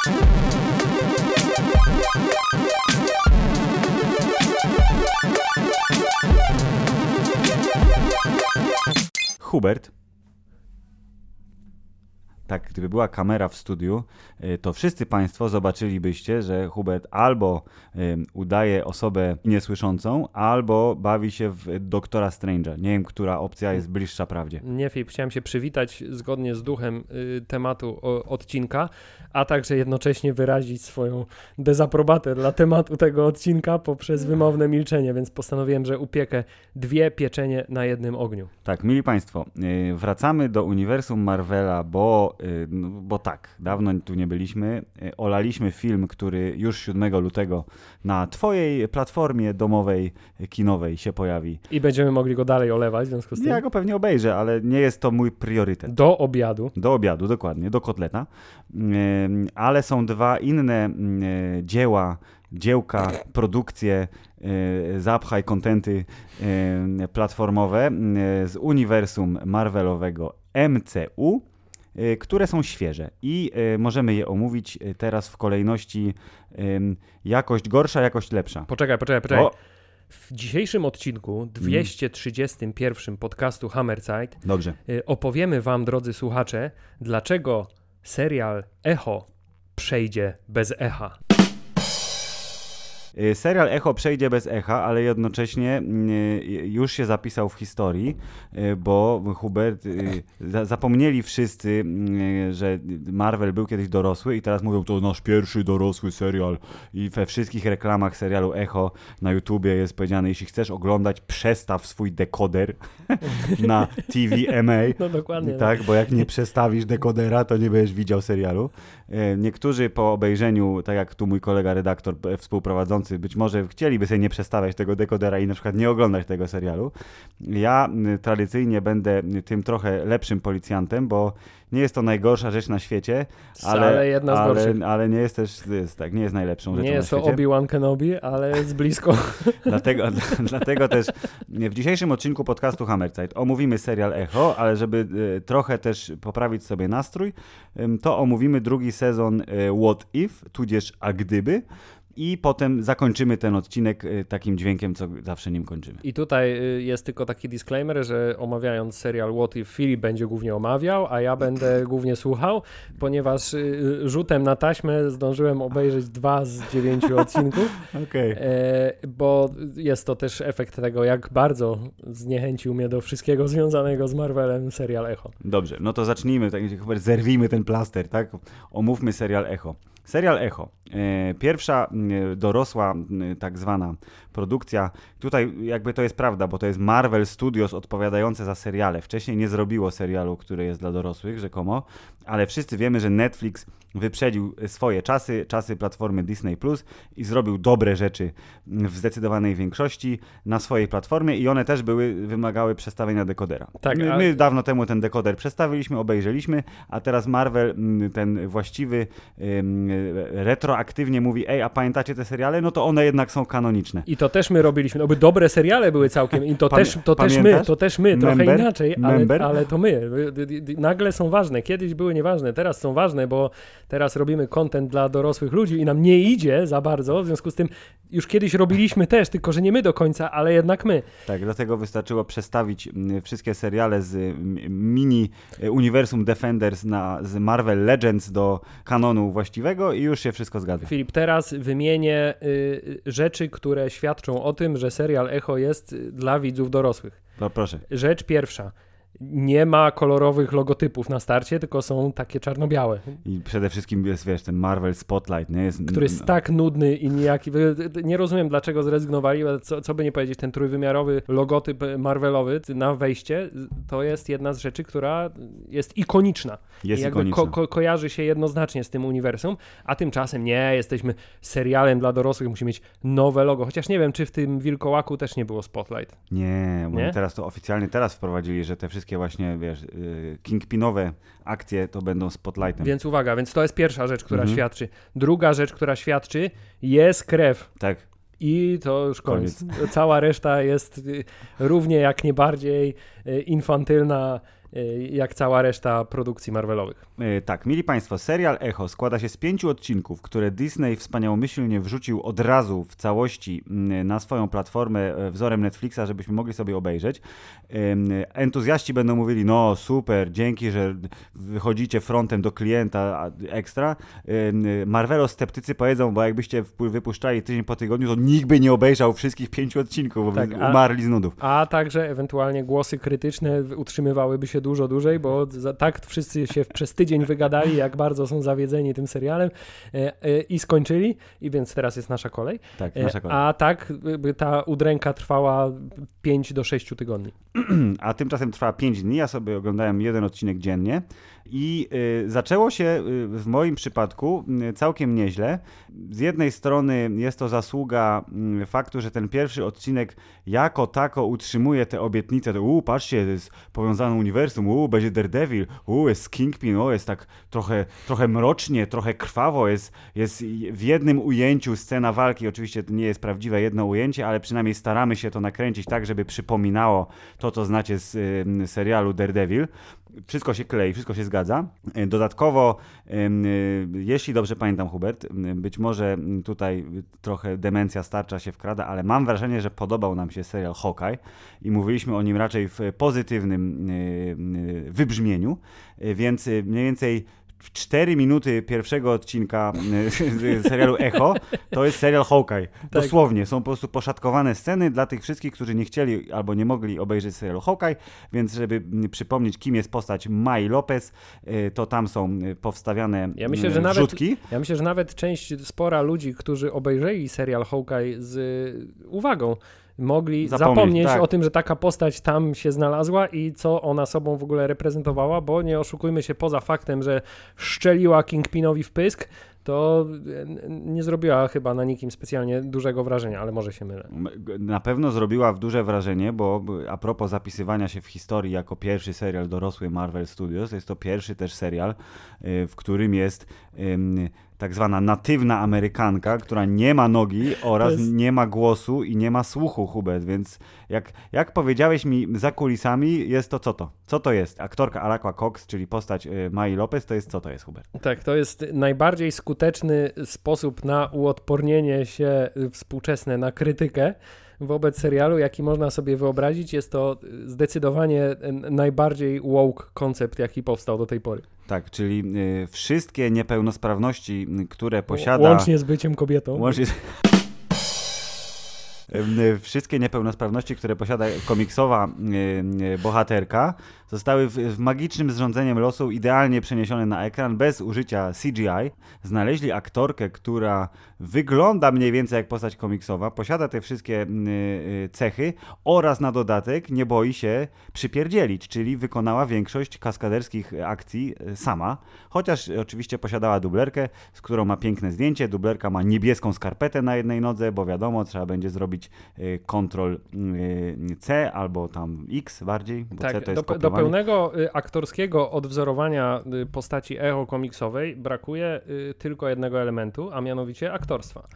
Hubert. Tak, gdyby była kamera w studiu, to wszyscy Państwo zobaczylibyście, że Hubert albo udaje osobę niesłyszącą, albo bawi się w Doktora Strange'a. Nie wiem, która opcja jest bliższa prawdzie. Nie, Filip, chciałem się przywitać zgodnie z duchem tematu odcinka, a także jednocześnie wyrazić swoją dezaprobatę dla tematu tego odcinka poprzez wymowne milczenie, więc postanowiłem, że upiekę 2 pieczenie na jednym ogniu. Tak, mili Państwo, wracamy do uniwersum Marvela, bo tak, dawno tu nie byliśmy. Olaliśmy film, który już 7 lutego na Twojej platformie domowej, kinowej się pojawi. I będziemy mogli go dalej olewać w związku z tym? Ja go pewnie obejrzę, ale nie jest to mój priorytet. Do obiadu. Do obiadu, dokładnie, do kotleta. Ale są 2 inne dziełka, produkcje, zapchaj kontenty platformowe z uniwersum Marvelowego MCU, które są świeże i możemy je omówić teraz w kolejności jakość gorsza, jakość lepsza. Poczekaj. W dzisiejszym odcinku, 231 podcastu Hammerzeit, dobrze, opowiemy wam, drodzy słuchacze, dlaczego serial Echo przejdzie bez echa. Serial Echo przejdzie bez echa, ale jednocześnie już się zapisał w historii, bo Hubert, zapomnieli wszyscy, że Marvel był kiedyś dorosły i teraz mówią, to nasz pierwszy dorosły serial i we wszystkich reklamach serialu Echo na YouTubie jest powiedziane, jeśli chcesz oglądać, przestaw swój dekoder na TVMA. No dokładnie. Tak, bo jak nie przestawisz dekodera, to nie będziesz widział serialu. Niektórzy po obejrzeniu, tak jak tu mój kolega redaktor współprowadzący, być może chcieliby sobie nie przestawiać tego dekodera i na przykład nie oglądać tego serialu. Ja tradycyjnie będę tym trochę lepszym policjantem, bo nie jest to najgorsza rzecz na świecie, ale jedna z gorszych. Ale nie jest też, nie jest najlepszą rzeczą na świecie. Nie jest to Obi-Wan Kenobi, ale jest blisko. Dlatego też w dzisiejszym odcinku podcastu Hammerzeit omówimy serial Echo, ale żeby trochę też poprawić sobie nastrój, to omówimy 2. sezon What If, tudzież A Gdyby. I potem zakończymy ten odcinek takim dźwiękiem, co zawsze nim kończymy. I tutaj jest tylko taki disclaimer, że omawiając serial What If, Filip będzie głównie omawiał, a ja będę głównie słuchał, ponieważ rzutem na taśmę zdążyłem obejrzeć 2 z 9 odcinków, bo jest to też efekt tego, jak bardzo zniechęcił mnie do wszystkiego związanego z Marvelem serial Echo. Dobrze, no to zacznijmy, tak, zerwijmy ten plaster, tak? Omówmy serial Echo. Serial Echo. Pierwsza dorosła tak zwana produkcja. Tutaj jakby to jest prawda, bo to jest Marvel Studios odpowiadające za seriale. Wcześniej nie zrobiło serialu, który jest dla dorosłych rzekomo, ale wszyscy wiemy, że Netflix wyprzedził swoje czasy platformy Disney Plus i zrobił dobre rzeczy w zdecydowanej większości na swojej platformie i one też wymagały przestawienia dekodera. Tak, my dawno temu ten dekoder przestawiliśmy, obejrzeliśmy, a teraz Marvel, ten właściwy, retroaktywnie mówi, a pamiętacie te seriale? No to one jednak są kanoniczne. I to też my robiliśmy, no by dobre seriale były całkiem i to też my, trochę inaczej, ale to my. Nagle są ważne, kiedyś były nieważne, teraz są ważne, bo teraz robimy content dla dorosłych ludzi i nam nie idzie za bardzo, w związku z tym już kiedyś robiliśmy też, tylko że nie my do końca, ale jednak my. Tak, dlatego wystarczyło przestawić wszystkie seriale z mini uniwersum Defenders z Marvel Legends do kanonu właściwego i już się wszystko zgadza. Filip, teraz wymienię rzeczy, które świadczą o tym, że serial Echo jest dla widzów dorosłych. No proszę. Rzecz pierwsza. Nie ma kolorowych logotypów na starcie, tylko są takie czarno-białe. I przede wszystkim jest, wiesz, ten Marvel Spotlight, nie? Który jest tak nudny i nijaki. Nie rozumiem, dlaczego zrezygnowali, co by nie powiedzieć, ten trójwymiarowy logotyp Marvelowy na wejście, to jest jedna z rzeczy, która jest ikoniczna. Jest ikoniczna. Kojarzy się jednoznacznie z tym uniwersum, a tymczasem nie, jesteśmy serialem dla dorosłych, musimy mieć nowe logo. Chociaż nie wiem, czy w tym Wilkołaku też nie było Spotlight. Nie, bo teraz to oficjalnie wprowadzili, że te wszystkie właśnie, wiesz, kingpinowe akcje to będą Spotlightem. Więc uwaga, więc to jest pierwsza rzecz, która świadczy. Druga rzecz, która świadczy, jest krew. Tak. I to już koniec. Cała reszta jest równie jak nie bardziej infantylna jak cała reszta produkcji Marvelowych. Tak, mili Państwo, serial Echo składa się z 5 odcinków, które Disney wspaniałomyślnie wrzucił od razu w całości na swoją platformę wzorem Netflixa, żebyśmy mogli sobie obejrzeć. Entuzjaści będą mówili, no super, dzięki, że wychodzicie frontem do klienta ekstra. Marvelo-sceptycy powiedzą, bo jakbyście wypuszczali tydzień po tygodniu, to nikt by nie obejrzał wszystkich 5 odcinków, bo tak, by umarli z nudów. A także ewentualnie głosy krytyczne utrzymywałyby się dużo dłużej, bo tak wszyscy się przez tydzień wygadali, jak bardzo są zawiedzeni tym serialem i skończyli, i więc teraz jest nasza kolej. Tak, nasza kolej. A tak by ta udręka trwała 5 do 6 tygodni. A tymczasem trwa 5 dni, ja sobie oglądałem 1 odcinek dziennie i zaczęło się w moim przypadku całkiem nieźle. Z jednej strony jest to zasługa faktu, że ten pierwszy odcinek jako tako utrzymuje te obietnice, patrzcie, jest powiązane uniwersum, będzie Daredevil, jest Kingpin, jest tak trochę mrocznie, trochę krwawo, jest w jednym ujęciu scena walki, oczywiście to nie jest prawdziwe jedno ujęcie, ale przynajmniej staramy się to nakręcić tak, żeby przypominało to, co znacie z serialu Daredevil. Wszystko się klei, wszystko się zgadza. Dodatkowo, jeśli dobrze pamiętam, Hubert, być może tutaj trochę demencja starcza się wkrada, ale mam wrażenie, że podobał nam się serial Hawkeye i mówiliśmy o nim raczej w pozytywnym wybrzmieniu, więc mniej więcej 4 minuty pierwszego odcinka serialu Echo to jest serial Hawkeye. Tak. Dosłownie. Są po prostu poszatkowane sceny dla tych wszystkich, którzy nie chcieli albo nie mogli obejrzeć serialu Hawkeye, więc żeby przypomnieć, kim jest postać Mai Lopez, to tam są powstawiane wrzutki. Ja myślę, że nawet spora ludzi, którzy obejrzeli serial Hawkeye z uwagą, mogli zapomnieć o tym, że taka postać tam się znalazła i co ona sobą w ogóle reprezentowała, bo nie oszukujmy się, poza faktem, że szczeliła Kingpinowi w pysk, to nie zrobiła chyba na nikim specjalnie dużego wrażenia, ale może się mylę. Na pewno zrobiła duże wrażenie, bo a propos zapisywania się w historii jako pierwszy serial dorosły Marvel Studios, jest to pierwszy też serial, w którym jest tak zwana natywna Amerykanka, która nie ma nogi oraz nie ma głosu i nie ma słuchu, Hubert, więc jak powiedziałeś mi za kulisami, jest to co to? Co to jest? Aktorka Alaqua Cox, czyli postać Mai Lopez, to jest co to jest, Hubert? Tak, to jest najbardziej skuteczny sposób na uodpornienie się współczesne na krytykę wobec serialu, jaki można sobie wyobrazić. Jest to zdecydowanie najbardziej woke koncept, jaki powstał do tej pory. Tak, czyli wszystkie niepełnosprawności, które posiada... Łącznie z byciem kobietą. Wszystkie niepełnosprawności, które posiada komiksowa bohaterka, zostały magicznym zrządzeniem losu idealnie przeniesione na ekran bez użycia CGI. Znaleźli aktorkę, która wygląda mniej więcej jak postać komiksowa, posiada te wszystkie cechy oraz na dodatek nie boi się przypierdzielić, czyli wykonała większość kaskaderskich akcji sama, chociaż oczywiście posiadała dublerkę, z którą ma piękne zdjęcie. Dublerka ma niebieską skarpetę na jednej nodze, bo wiadomo, trzeba będzie zrobić Ctrl C albo tam X bardziej, bo tak, C to jest do pełnego aktorskiego odwzorowania postaci Echo komiksowej brakuje tylko jednego elementu, a mianowicie aktorstwa.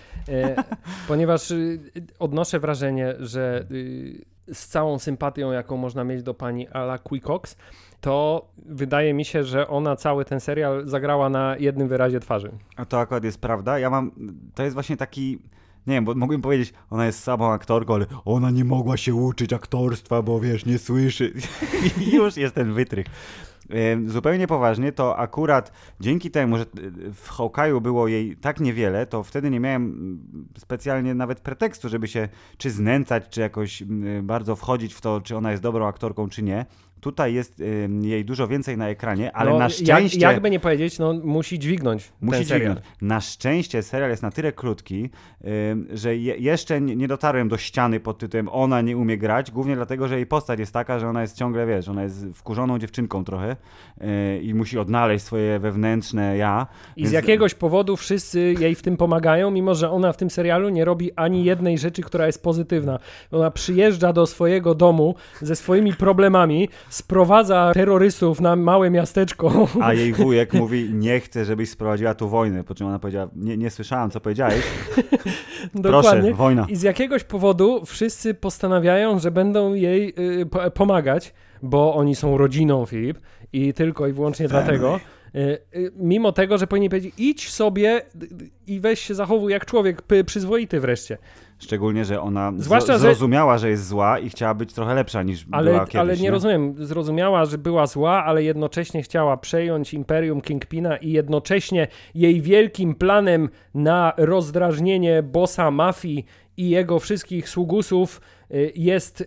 Ponieważ odnoszę wrażenie, że z całą sympatią, jaką można mieć do pani Alaqui Cox, to wydaje mi się, że ona cały ten serial zagrała na jednym wyrazie twarzy. A to akurat jest prawda. To jest właśnie taki... Nie wiem, bo mógłbym powiedzieć, ona jest samą aktorką, ale ona nie mogła się uczyć aktorstwa, bo wiesz, nie słyszy. I już jest ten wytrych. Zupełnie poważnie, to akurat dzięki temu, że w Hawkeye'u było jej tak niewiele, to wtedy nie miałem specjalnie nawet pretekstu, żeby się czy znęcać, czy jakoś bardzo wchodzić w to, czy ona jest dobrą aktorką, czy nie. Tutaj jest jej dużo więcej na ekranie, ale na szczęście... Jakby nie powiedzieć, musi dźwignąć ten serial. Na szczęście serial jest na tyle krótki, że jeszcze nie dotarłem do ściany pod tytułem ona nie umie grać, głównie dlatego, że jej postać jest taka, że ona jest ciągle, wiesz, ona jest wkurzoną dziewczynką trochę i musi odnaleźć swoje wewnętrzne ja. I z jakiegoś powodu wszyscy jej w tym pomagają, mimo że ona w tym serialu nie robi ani jednej rzeczy, która jest pozytywna. Ona przyjeżdża do swojego domu ze swoimi problemami, sprowadza terrorystów na małe miasteczko. A jej wujek mówi, nie chcę, żebyś sprowadziła tu wojnę. Po czym ona powiedziała, nie słyszałam, co powiedziałeś. Proszę, wojna. I z jakiegoś powodu wszyscy postanawiają, że będą jej pomagać, bo oni są rodziną, Filip, i tylko i wyłącznie dlatego. Mimo tego, że powinni powiedzieć, idź sobie i weź się zachowuj jak człowiek przyzwoity wreszcie. Szczególnie, że ona Zwłaszcza, zrozumiała, że jest zła i chciała być trochę lepsza niż była kiedyś. Ale nie rozumiem, zrozumiała, że była zła, ale jednocześnie chciała przejąć imperium Kingpina i jednocześnie jej wielkim planem na rozdrażnienie bossa mafii i jego wszystkich sługusów jest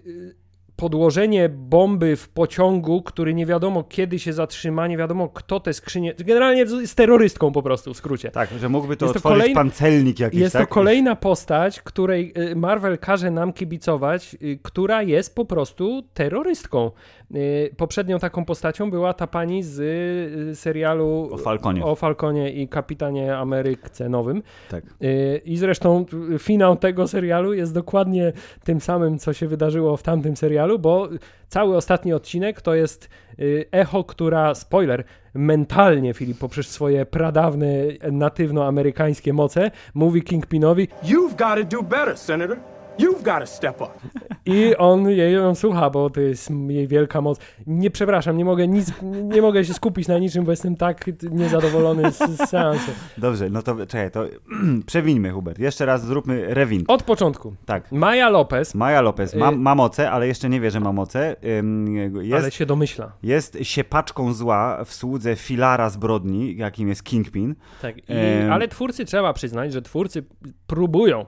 podłożenie bomby w pociągu, który nie wiadomo kiedy się zatrzyma, nie wiadomo kto te skrzynie... Generalnie jest terrorystką po prostu, w skrócie. Tak, że mógłby to otworzyć pancelnik jakiś, jest tak? to kolejna postać, której Marvel każe nam kibicować, która jest po prostu terrorystką. Poprzednią taką postacią była ta pani z serialu o Falconie i Kapitanie Ameryce Nowym. Tak. I zresztą finał tego serialu jest dokładnie tym samym, co się wydarzyło w tamtym serialu, bo cały ostatni odcinek to jest Echo, która, spoiler, mentalnie, Filip, poprzez swoje pradawne, natywnoamerykańskie moce, mówi Kingpinowi: You've got to do better, Senator. You've got to step up. I on jej słucha, bo to jest jej wielka moc. Przepraszam, nie mogę się skupić na niczym, bo jestem tak niezadowolony z seansu. Dobrze, no to czekaj, to przewińmy, Hubert. Jeszcze raz zróbmy rewind. Od początku. Tak. Maja Lopez ma moce, ale jeszcze nie wie, że ma moce. Ale się domyśla. Jest siepaczką zła w słudze filara zbrodni, jakim jest Kingpin. Tak, ale twórcy, trzeba przyznać, że twórcy próbują,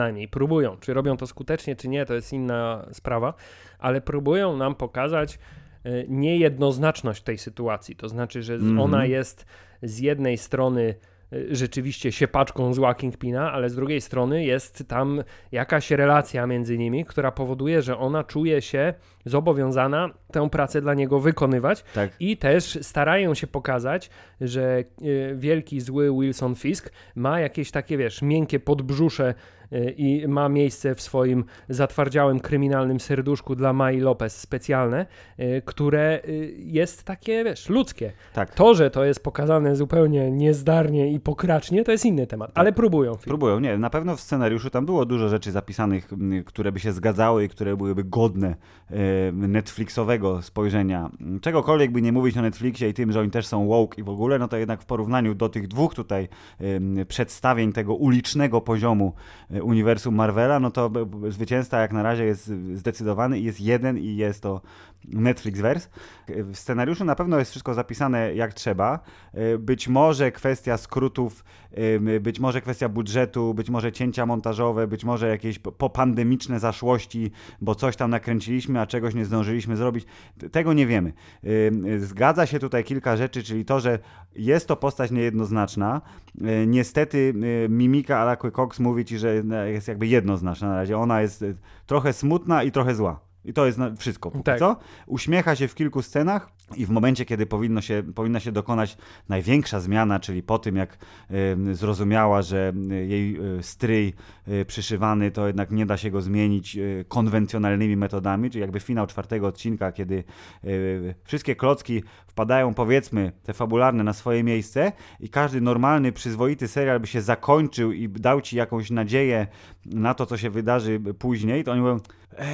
czy robią to skutecznie, czy nie, to jest inna sprawa, ale próbują nam pokazać niejednoznaczność tej sytuacji. To znaczy, że ona jest z jednej strony rzeczywiście siepaczką zła Kingpina, ale z drugiej strony jest tam jakaś relacja między nimi, która powoduje, że ona czuje się zobowiązana tę pracę dla niego wykonywać. Tak. I też starają się pokazać, że wielki zły Wilson Fisk ma jakieś takie, miękkie podbrzusze i ma miejsce w swoim zatwardziałym, kryminalnym serduszku dla Mai Lopez specjalne, które jest takie, ludzkie. Tak. To, że to jest pokazane zupełnie niezdarnie i pokracznie, to jest inny temat, ale próbują. Próbują, nie, na pewno w scenariuszu tam było dużo rzeczy zapisanych, które by się zgadzały i które byłyby godne Netflixowego spojrzenia. Czegokolwiek by nie mówić o Netflixie i tym, że oni też są woke i w ogóle, no to jednak w porównaniu do tych dwóch tutaj przedstawień tego ulicznego poziomu uniwersum Marvela, no to zwycięzca jak na razie jest zdecydowany i jest jeden i jest to Netflixverse. W scenariuszu na pewno jest wszystko zapisane jak trzeba. Być może kwestia skrótów, być może kwestia budżetu, być może cięcia montażowe, być może jakieś popandemiczne zaszłości, bo coś tam nakręciliśmy, a czegoś nie zdążyliśmy zrobić. Tego nie wiemy. Zgadza się tutaj kilka rzeczy, czyli to, że jest to postać niejednoznaczna. Niestety mimika Alakły Cox mówi ci, że jest jakby jednoznaczna na razie. Ona jest trochę smutna i trochę zła. I to jest wszystko. Tak. Co? Uśmiecha się w kilku scenach i w momencie, kiedy powinna się dokonać największa zmiana, czyli po tym, jak zrozumiała, że jej stryj przyszywany, to jednak nie da się go zmienić konwencjonalnymi metodami, czyli jakby finał 4. odcinka, kiedy wszystkie klocki wpadają, powiedzmy, te fabularne na swoje miejsce i każdy normalny, przyzwoity serial by się zakończył i dał ci jakąś nadzieję na to, co się wydarzy później, to oni mówią: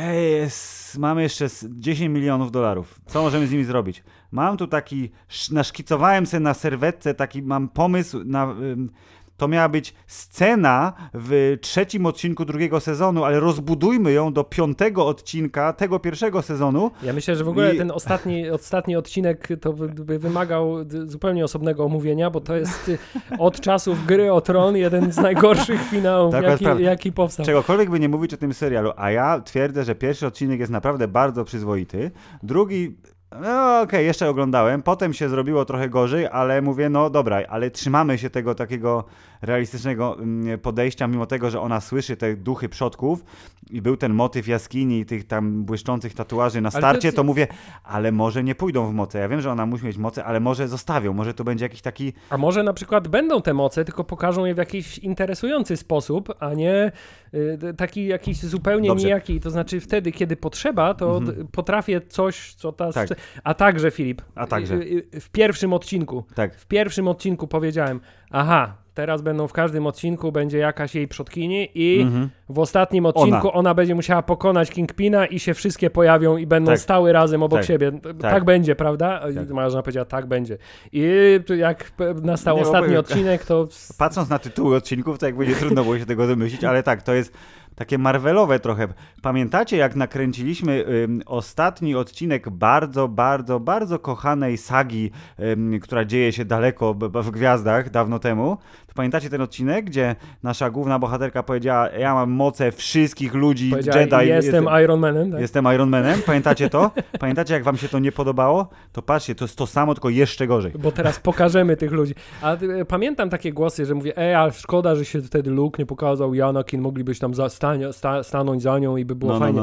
mamy jeszcze $10 milionów. Co możemy z nimi zrobić? Mam tu taki, naszkicowałem sobie na serwetce, taki mam pomysł na... To miała być scena w 3. odcinku 2. sezonu, ale rozbudujmy ją do 5. odcinka tego 1. sezonu. Ja myślę, że w ogóle ten ostatni odcinek to by wymagał zupełnie osobnego omówienia, bo to jest od czasów Gry o Tron jeden z najgorszych finałów, jaki powstał. Czegokolwiek by nie mówić o tym serialu, a ja twierdzę, że 1. odcinek jest naprawdę bardzo przyzwoity. Drugi... No okej, jeszcze oglądałem, potem się zrobiło trochę gorzej, ale mówię, no dobra, ale trzymamy się tego takiego realistycznego podejścia, mimo tego, że ona słyszy te duchy przodków i był ten motyw jaskini i tych tam błyszczących tatuaży na starcie, to mówię, ale może nie pójdą w moce. Ja wiem, że ona musi mieć moce, ale może zostawią, może to będzie jakiś taki... A może na przykład będą te moce, tylko pokażą je w jakiś interesujący sposób, a nie taki jakiś zupełnie nijaki. To znaczy wtedy, kiedy potrzeba, to potrafię coś, co ta... Tak. A także, Filip, A także. w pierwszym odcinku powiedziałem, aha, teraz będą w każdym odcinku będzie jakaś jej przodkini i w ostatnim odcinku ona będzie musiała pokonać Kingpina i się wszystkie pojawią i będą stały razem obok siebie. Tak będzie, prawda? Marzena powiedziała, tak będzie. I jak nastał ostatni odcinek, to... Patrząc na tytuły odcinków, to jakby nie trudno było się tego domyślić, ale tak, to jest takie Marvelowe trochę. Pamiętacie, jak nakręciliśmy ostatni odcinek bardzo, bardzo, bardzo kochanej sagi, która dzieje się daleko w gwiazdach, dawno temu? To pamiętacie ten odcinek, gdzie nasza główna bohaterka powiedziała, ja mam moce wszystkich ludzi, Jedi. Jestem Iron Manem. Tak? Jestem Iron Manem. Pamiętacie to? Pamiętacie, jak wam się to nie podobało? To patrzcie, to jest to samo, tylko jeszcze gorzej. Bo teraz pokażemy tych ludzi. A pamiętam takie głosy, że mówię, ale szkoda, że się wtedy Luke nie pokazał, Anakin, moglibyś tam stanąć za nią i by było fajnie.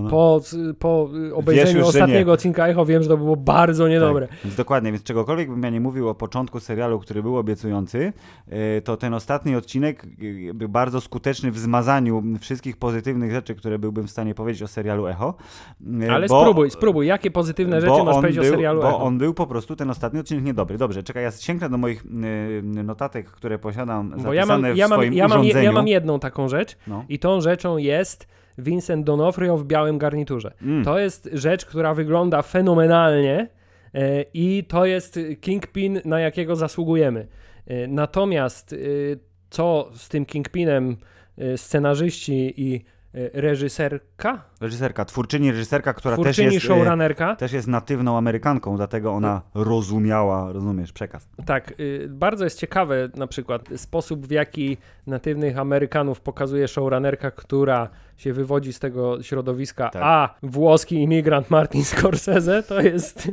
Po obejrzeniu ostatniego odcinka Echo wiem, że to było bardzo niedobre. Tak, więc dokładnie, więc czegokolwiek bym ja nie mówił o początku serialu, który był obiecujący, to ten ostatni odcinek był bardzo skuteczny w zmazaniu wszystkich pozytywnych rzeczy, które byłbym w stanie powiedzieć o serialu Echo. Ale spróbuj. Jakie pozytywne rzeczy masz powiedzieć o serialu Echo? Bo on był po prostu, ten ostatni odcinek, niedobry. Dobrze, czekaj, ja sięgnę do moich notatek, które posiadam zapisane w swoim urządzeniu. Ja mam jedną taką rzecz i tą rzeczą jest Vincent D'Onofrio w białym garniturze. To jest rzecz, która wygląda fenomenalnie i to jest Kingpin, na jakiego zasługujemy. Natomiast co z tym Kingpinem scenarzyści i reżyserka, twórczyni reżyserka, która showrunnerka. też jest natywną Amerykanką, dlatego ona rozumiesz, przekaz. Tak, bardzo jest ciekawe na przykład sposób, w jaki natywnych Amerykanów pokazuje showrunnerka, która się wywodzi z tego środowiska, a włoski imigrant Martin Scorsese, to jest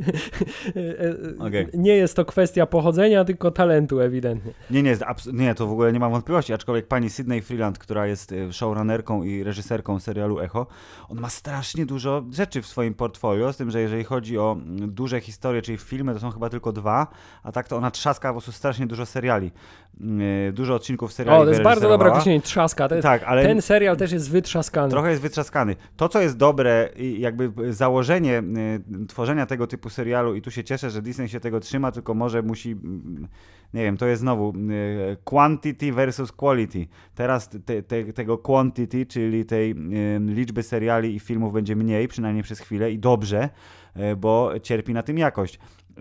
nie jest to kwestia pochodzenia, tylko talentu ewidentnie. Nie, to w ogóle nie mam wątpliwości, aczkolwiek pani Sydney Freeland, która jest showrunnerką i reżyserką serialu Echo, on ma strasznie dużo rzeczy w swoim portfolio, z tym, że jeżeli chodzi o duże historie, czyli filmy, to są chyba tylko 2, a tak to ona trzaska po prostu strasznie dużo seriali. Dużo odcinków seriali. To jest bardzo dobre określenie, trzaska. Ale ten serial też jest wytrzaskany. Trochę jest wytrzaskany. To, co jest dobre, jakby założenie tworzenia tego typu serialu i tu się cieszę, że Disney się tego trzyma, tylko może musi, nie wiem, to jest znowu quantity versus quality. Teraz tego quantity, czyli tej liczby seriali i filmów będzie mniej, przynajmniej przez chwilę i dobrze, bo cierpi na tym jakość.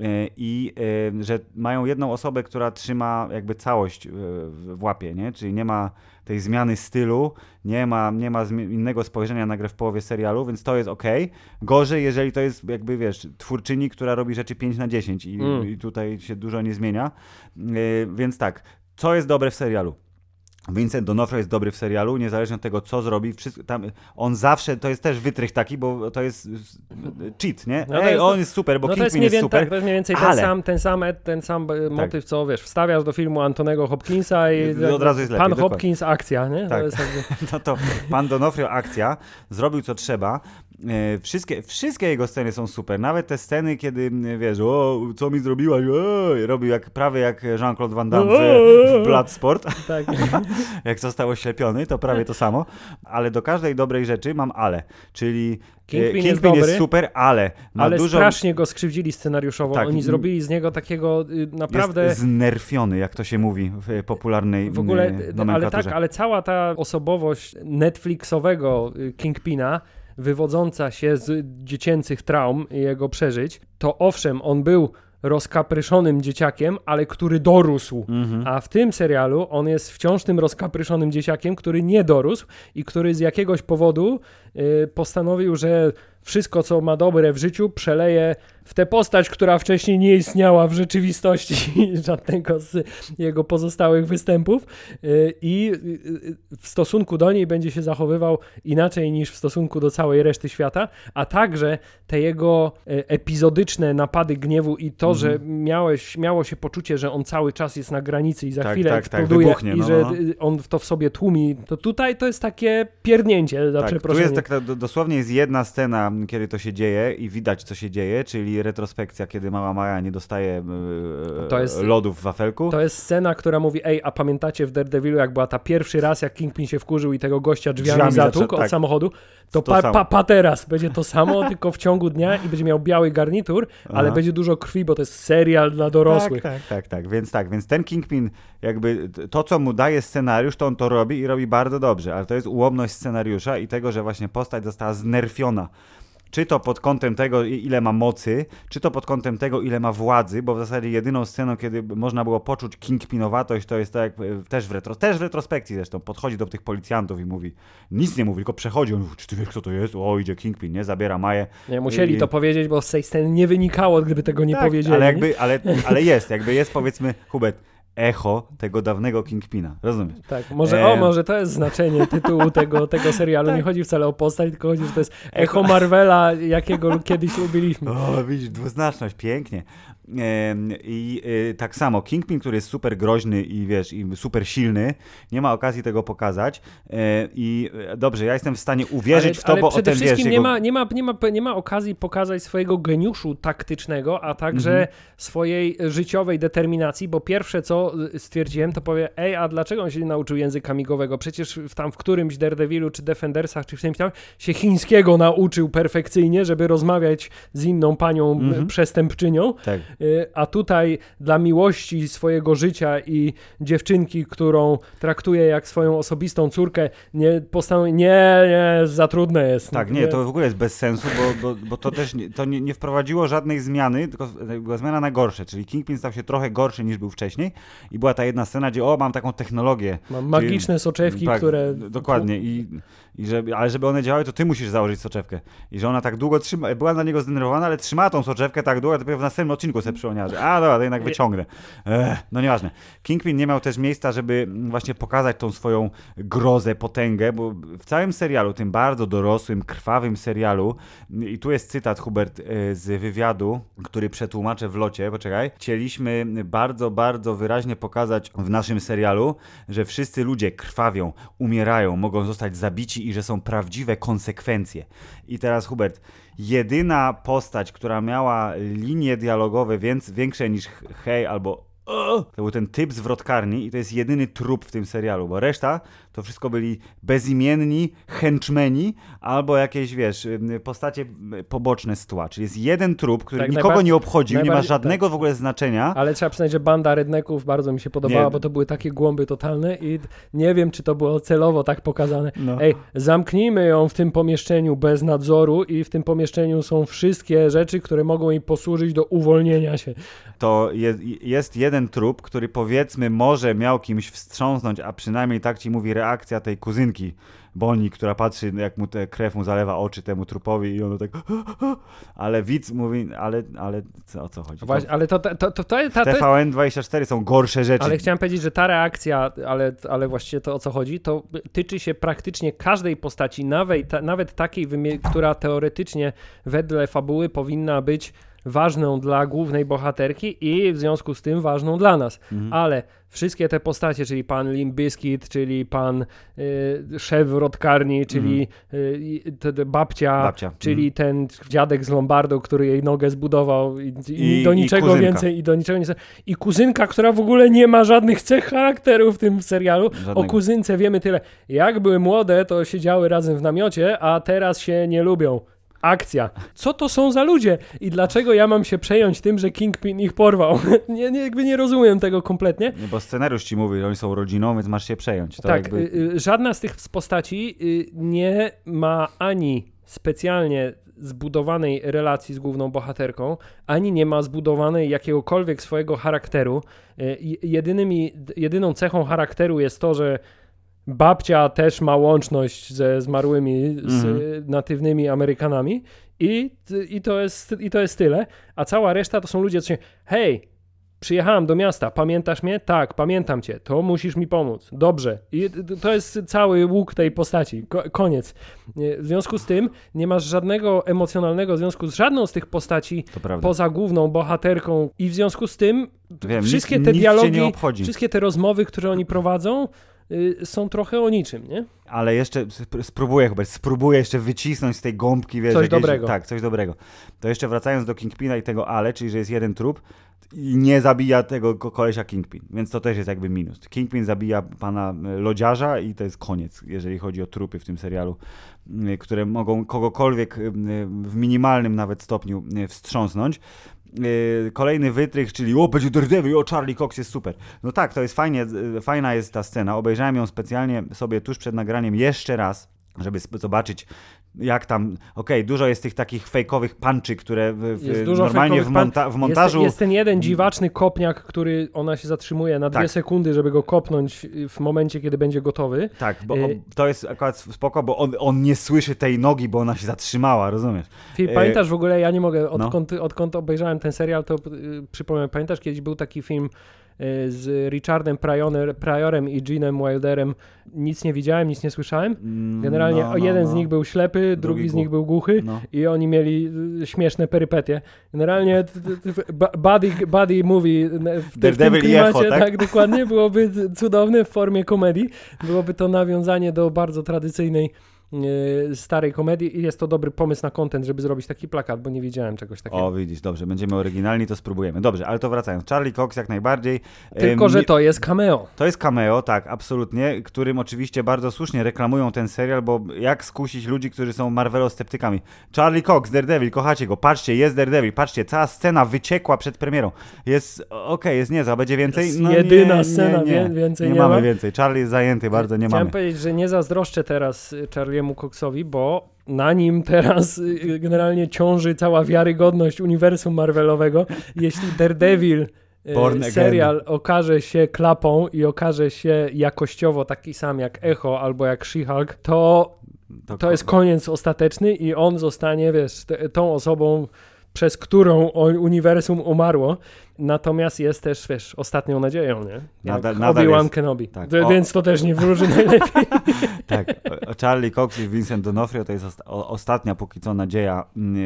I że mają jedną osobę, która trzyma jakby całość w łapie, nie? Czyli nie ma tej zmiany stylu, nie ma innego spojrzenia na grę w połowie serialu, więc to jest okej. Gorzej, jeżeli to jest jakby, wiesz, twórczyni, która robi rzeczy 5/10 i tutaj się dużo nie zmienia. Więc tak, co jest dobre w serialu? Vincent D'Onofrio jest dobry w serialu, niezależnie od tego, co zrobi. On zawsze, to jest też wytrych taki, bo to jest cheat, nie? On jest super, bo Kingpin jest super. Tak, to jest mniej więcej ten sam motyw, co wiesz, wstawiasz do filmu Antonego Hopkinsa i od razu jest lepiej. Pan Hopkins, akcja, nie? Tak. No to pan D'Onofrio, akcja, zrobił co trzeba. Wszystkie jego sceny są super. Nawet te sceny, kiedy wiesz, co mi zrobiłaś? Robił prawie jak Jean-Claude Van Damme w Bloodsport. Tak. Jak został oślepiony, to prawie to samo. Ale do każdej dobrej rzeczy mam ale. Czyli Kingpin jest super, ale strasznie go skrzywdzili scenariuszowo. Tak, oni zrobili z niego takiego naprawdę... Jest znerfiony, jak to się mówi w popularnej w ogóle, nomenklaturze. ale cała ta osobowość Netflixowego Kingpina wywodząca się z dziecięcych traum i jego przeżyć, to owszem, on był rozkapryszonym dzieciakiem, ale który dorósł. A w tym serialu on jest wciąż tym rozkapryszonym dzieciakiem, który nie dorósł i który z jakiegoś powodu postanowił, że wszystko, co ma dobre w życiu, przeleje w tę postać, która wcześniej nie istniała w rzeczywistości żadnego z jego pozostałych występów i w stosunku do niej będzie się zachowywał inaczej niż w stosunku do całej reszty świata, a także te jego epizodyczne napady gniewu i to, że miało się poczucie, że on cały czas jest na granicy i za chwilę eksploduje wybuchnie, i że on to w sobie tłumi, to tutaj to jest takie pierdnięcie, za przeproszeniem. tak dosłownie jest jedna scena, kiedy to się dzieje i widać, co się dzieje, czyli retrospekcja, kiedy mała Maja nie dostaje lodów w wafelku. To jest scena, która mówi, a pamiętacie w Daredevilu, jak była ta pierwszy raz, jak Kingpin się wkurzył i tego gościa drzwiami zatłukł od samochodu, to teraz będzie to samo, tylko w ciągu dnia i będzie miał biały garnitur, ale będzie dużo krwi, bo to jest serial dla dorosłych. Więc ten Kingpin, jakby to, co mu daje scenariusz, to on to robi i robi bardzo dobrze, ale to jest ułomność scenariusza i tego, że właśnie postać została znerfiona. Czy to pod kątem tego, ile ma mocy, czy to pod kątem tego, ile ma władzy, bo w zasadzie jedyną sceną, kiedy można było poczuć Kingpinowatość, to jest tak jak też w retrospekcji zresztą, podchodzi do tych policjantów i mówi, nic nie mówi, tylko przechodzi, on mówi, czy ty wiesz, kto to jest? O, idzie Kingpin, nie? Zabiera Maję. Nie, musieli to powiedzieć, bo z tej sceny nie wynikało, gdyby tego nie powiedzieli. Ale jest powiedzmy, Hubert, echo tego dawnego Kingpina, rozumiesz? Tak, może to jest znaczenie tytułu tego serialu. Nie chodzi wcale o postać, tylko chodzi, że to jest echo Marvela, jakiego kiedyś lubiliśmy. O, widzisz, dwuznaczność, pięknie. Tak samo Kingpin, który jest super groźny i wiesz, i super silny, nie ma okazji tego pokazać i dobrze, ja jestem w stanie uwierzyć w to, bo o tym wiesz. Przede wszystkim nie ma okazji pokazać swojego geniuszu taktycznego, a także swojej życiowej determinacji, bo pierwsze co stwierdziłem, to powie, a dlaczego on się nie nauczył języka migowego? Przecież tam w którymś Daredevilu, czy Defendersach, czy w tym tam się chińskiego nauczył perfekcyjnie, żeby rozmawiać z inną panią przestępczynią. Tak. A tutaj dla miłości swojego życia i dziewczynki, którą traktuje jak swoją osobistą córkę, nie, za trudne jest. Tak, nie, to w ogóle jest bez sensu, bo to też nie wprowadziło żadnej zmiany, tylko była zmiana na gorsze, czyli Kingpin stał się trochę gorszy niż był wcześniej i była ta jedna scena, gdzie mam taką technologię. Mam magiczne soczewki, tak, które... Dokładnie, ale żeby one działały, to ty musisz założyć soczewkę. I że ona tak długo była na niego zdenerwowana, ale trzymała tą soczewkę tak długo, a dopiero w następnym odcinku sobie przypomniała, że dobra, to jednak wyciągnę. No nieważne. Kingpin nie miał też miejsca, żeby właśnie pokazać tą swoją grozę, potęgę, bo w całym serialu, tym bardzo dorosłym, krwawym serialu, i tu jest cytat, Hubert, z wywiadu, który przetłumaczę w locie, poczekaj, chcieliśmy bardzo, bardzo wyraźnie pokazać w naszym serialu, że wszyscy ludzie krwawią, umierają, mogą zostać zabici i że są prawdziwe konsekwencje. I teraz, Hubert, jedyna postać, która miała linie dialogowe większe niż hej albo to był ten typ zwrotkarni i to jest jedyny trup w tym serialu, bo reszta to wszystko byli bezimienni henchmeni albo jakieś, wiesz, postacie poboczne z tła. Czyli jest jeden trup, który tak, nikogo nie obchodził, nie ma żadnego w ogóle znaczenia. Ale trzeba przyznać, że banda redneków bardzo mi się podobała, bo to były takie głąby totalne i nie wiem, czy to było celowo tak pokazane. No. Zamknijmy ją w tym pomieszczeniu bez nadzoru i w tym pomieszczeniu są wszystkie rzeczy, które mogą jej posłużyć do uwolnienia się. To jest jeden trup, który powiedzmy może miał kimś wstrząsnąć, a przynajmniej tak ci mówi reakcja tej kuzynki Bonnie, która patrzy, jak mu krew mu zalewa oczy temu trupowi i ono tak ale widz mówi, ale o co chodzi? Właśnie, ale to TVN24 są gorsze rzeczy. Ale chciałem powiedzieć, że ta reakcja, ale właściwie to o co chodzi, to tyczy się praktycznie każdej postaci, nawet takiej, która teoretycznie wedle fabuły powinna być ważną dla głównej bohaterki i w związku z tym ważną dla nas. Ale wszystkie te postacie, czyli pan Limp Bizkit, czyli pan szef wrotkarni, czyli babcia, czyli ten dziadek z Lombardo, który jej nogę zbudował i do niczego więcej, i do niczego nie... I kuzynka, która w ogóle nie ma żadnych cech charakteru w tym serialu. Żadnego. O kuzynce wiemy tyle. Jak były młode, to siedziały razem w namiocie, a teraz się nie lubią. Akcja. Co to są za ludzie? I dlaczego ja mam się przejąć tym, że Kingpin ich porwał? Nie rozumiem tego kompletnie. Nie, bo scenariusz ci mówi, że oni są rodziną, więc masz się przejąć. To tak, żadna z tych postaci nie ma ani specjalnie zbudowanej relacji z główną bohaterką, ani nie ma zbudowanej jakiegokolwiek swojego charakteru. Jedyną cechą charakteru jest to, że babcia też ma łączność ze zmarłymi, z natywnymi Amerykanami i to jest tyle, a cała reszta to są ludzie, co się, hej, przyjechałem do miasta, pamiętasz mnie? Tak, pamiętam cię, to musisz mi pomóc. Dobrze. I to jest cały łuk tej postaci. Koniec. W związku z tym nie masz żadnego emocjonalnego związku z żadną z tych postaci poza główną bohaterką i w związku z tym wszystkie te dialogi, wszystkie te rozmowy, które oni prowadzą, są trochę o niczym, nie? Ale jeszcze spróbuję jeszcze wycisnąć z tej gąbki, wiesz, coś dobrego. Tak, coś dobrego. To jeszcze wracając do Kingpina i tego Ale, czyli że jest jeden trup i nie zabija tego kolesia Kingpin, więc to też jest jakby minus. Kingpin zabija pana lodziarza i to jest koniec, jeżeli chodzi o trupy w tym serialu, które mogą kogokolwiek w minimalnym nawet stopniu wstrząsnąć. Kolejny wytrych, czyli będzie Daredevil, Charlie Cox jest super. No tak, to jest fajna jest ta scena. Obejrzałem ją specjalnie sobie tuż przed nagraniem jeszcze raz, żeby zobaczyć jak tam, dużo jest tych takich fejkowych punczy, które normalnie w montażu... Jest ten jeden dziwaczny kopniak, który ona się zatrzymuje na 2 sekundy, żeby go kopnąć w momencie, kiedy będzie gotowy. Tak, bo to jest akurat spoko, bo on nie słyszy tej nogi, bo ona się zatrzymała, rozumiesz? Pamiętasz w ogóle, ja nie mogę, odkąd obejrzałem ten serial, to przypomnę, pamiętasz, kiedyś był taki film z Richardem Pryorem i Gene'em Wilderem. Nic nie widziałem, nic nie słyszałem. Generalnie jeden z nich był ślepy, drugi z nich był głuchy i oni mieli śmieszne perypetie. Generalnie buddy movie w tym klimacie, tak dokładnie, byłoby cudowne w formie komedii. Byłoby to nawiązanie do bardzo tradycyjnej starej komedii i jest to dobry pomysł na content, żeby zrobić taki plakat, bo nie widziałem czegoś takiego. O, widzisz, dobrze, będziemy oryginalni, to spróbujemy. Dobrze, ale to wracając. Charlie Cox jak najbardziej. Tylko, że to jest cameo. To jest cameo, tak, absolutnie, którym oczywiście bardzo słusznie reklamują ten serial, bo jak skusić ludzi, którzy są Marvelo-sceptykami. Charlie Cox, Daredevil, kochacie go, patrzcie, jest Daredevil, patrzcie, cała scena wyciekła przed premierą. Jest, jest niezła, będzie więcej? Jest jedyna scena, więcej nie mamy więcej. Charlie jest zajęty, bardzo nie mamy. Chciałem powiedzieć, że nie zazdroszczę teraz Charliemu Coxowi, bo na nim teraz generalnie ciąży cała wiarygodność uniwersum Marvelowego. Jeśli Daredevil serial okaże się klapą i okaże się jakościowo taki sam jak Echo albo jak She-Hulk, to jest koniec ostateczny i on zostanie, tą osobą, przez którą uniwersum umarło. Natomiast jest też, ostatnią nadzieją, nie? Obi-Wan Kenobi. Tak. Więc to też nie wróży najlepiej. Tak. Charlie Cox i Vincent D'Onofrio to jest ostatnia póki co nadzieja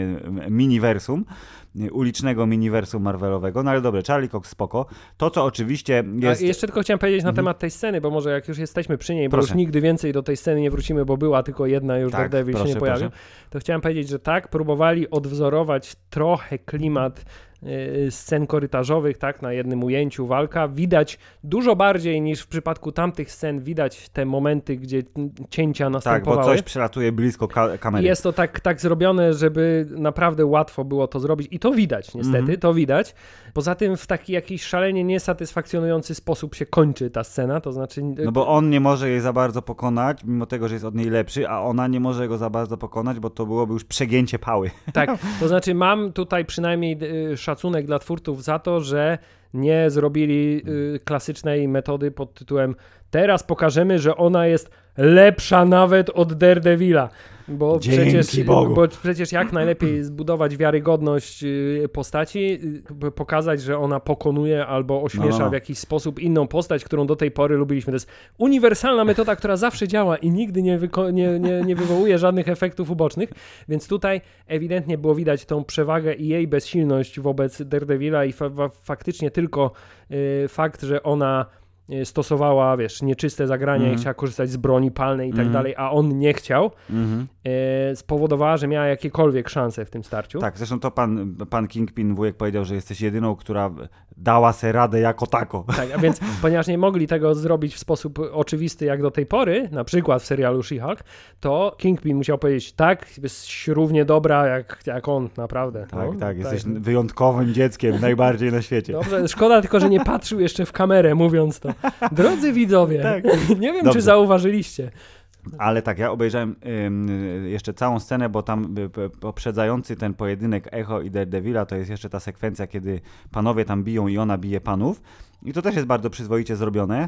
miniversum, ulicznego miniversum Marvelowego. No ale dobrze, Charlie Cox spoko. To, co oczywiście jest... Jeszcze tylko chciałem powiedzieć na temat tej sceny, bo może jak już jesteśmy przy niej, bo już nigdy więcej do tej sceny nie wrócimy, bo była tylko jedna, już Daredevil się nie pojawił, to chciałem powiedzieć, że próbowali odwzorować trochę klimat scen korytarzowych, na jednym ujęciu walka. Widać dużo bardziej niż w przypadku tamtych scen, widać te momenty, gdzie cięcia następowały. Tak, bo coś przelatuje blisko kamery. Jest to tak zrobione, żeby naprawdę łatwo było to zrobić i to widać niestety, to widać. Poza tym w taki jakiś szalenie niesatysfakcjonujący sposób się kończy ta scena, to znaczy... No bo on nie może jej za bardzo pokonać, mimo tego, że jest od niej lepszy, a ona nie może go za bardzo pokonać, bo to byłoby już przegięcie pały. Tak, to znaczy mam tutaj przynajmniej szacunek dla twórców za to, że nie zrobili klasycznej metody pod tytułem teraz pokażemy, że ona jest lepsza nawet od Daredevila. Bo przecież jak najlepiej zbudować wiarygodność postaci, pokazać, że ona pokonuje albo ośmiesza w jakiś sposób inną postać, którą do tej pory lubiliśmy. To jest uniwersalna metoda, która zawsze działa i nigdy nie wywołuje żadnych efektów ubocznych, więc tutaj ewidentnie było widać tą przewagę i jej bezsilność wobec Daredevila i faktycznie tylko fakt, że ona stosowała, nieczyste zagrania i chciała korzystać z broni palnej i tak dalej, a on nie chciał, spowodowała, że miała jakiekolwiek szanse w tym starciu. Tak, zresztą to pan Kingpin, wujek, powiedział, że jesteś jedyną, która dała se radę jako tako. Tak, a więc ponieważ nie mogli tego zrobić w sposób oczywisty jak do tej pory, na przykład w serialu She-Hulk, to Kingpin musiał powiedzieć, jesteś równie dobra jak on, naprawdę. Tak, jesteś wyjątkowym dzieckiem, najbardziej na świecie. Dobrze, szkoda tylko, że nie patrzył jeszcze w kamerę, mówiąc to. Drodzy widzowie, nie wiem, czy zauważyliście. Ale tak, ja obejrzałem jeszcze całą scenę, bo tam poprzedzający ten pojedynek Echo i Daredevila to jest jeszcze ta sekwencja, kiedy panowie tam biją i ona bije panów. I to też jest bardzo przyzwoicie zrobione.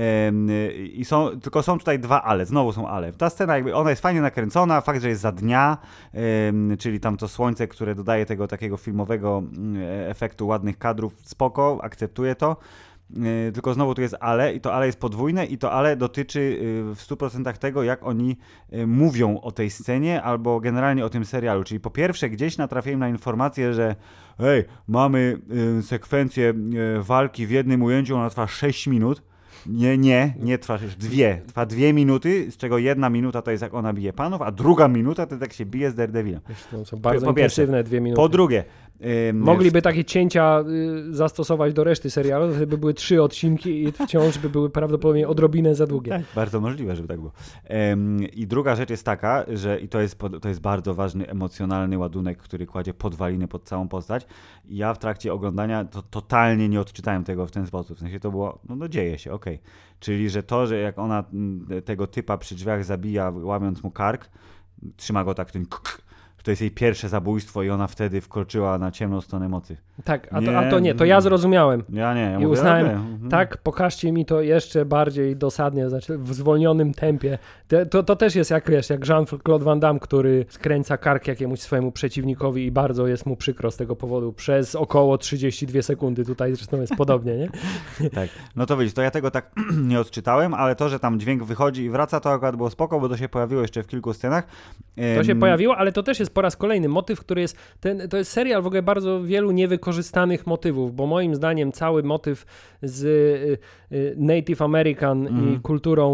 Tylko są tutaj dwa ale, znowu są ale. Ta scena ona jest fajnie nakręcona, fakt, że jest za dnia, czyli tam to słońce, które dodaje tego takiego filmowego efektu ładnych kadrów, spoko, akceptuję to. Tylko znowu tu jest ale i to ale jest podwójne i to ale dotyczy w 100% tego, jak oni mówią o tej scenie albo generalnie o tym serialu. Czyli po pierwsze gdzieś natrafiłem na informację, że mamy sekwencję walki w jednym ujęciu, ona trwa 6 minut. Nie trwa już trwa 2 minuty, z czego 1 minuta to jest jak ona bije panów, a druga minuta to tak się bije z Daredevilem. To są bardzo intensywne 2 minuty. Po drugie, mogliby takie cięcia zastosować do reszty serialu, żeby były 3 odcinki i wciąż by były prawdopodobnie odrobinę za długie. Tak, bardzo możliwe, żeby tak było. I druga rzecz jest taka, że to jest bardzo ważny emocjonalny ładunek, który kładzie podwaliny pod całą postać. I ja w trakcie oglądania to totalnie nie odczytałem tego w ten sposób. W sensie to było, no dzieje się, okej. Czyli, że to, że jak ona tego typa przy drzwiach zabija, łamiąc mu kark, trzyma go tak, to jest jej pierwsze zabójstwo i ona wtedy wkroczyła na ciemną stronę mocy. Tak, to ja zrozumiałem. Ja nie. I uznałem, tak, pokażcie mi to jeszcze bardziej dosadnie, znaczy w zwolnionym tempie. To też jest jak Jean-Claude Van Damme, który skręca kark jakiemuś swojemu przeciwnikowi i bardzo jest mu przykro z tego powodu przez około 32 sekundy. Tutaj zresztą jest podobnie, nie? Tak, no to widzisz, to ja tego tak nie odczytałem, ale to, że tam dźwięk wychodzi i wraca, to akurat było spoko, bo to się pojawiło jeszcze w kilku scenach. To się pojawiło, ale to też jest po raz kolejny motyw, który jest, to jest serial w ogóle bardzo wielu niewykorzystanych motywów, bo moim zdaniem cały motyw z Native American i kulturą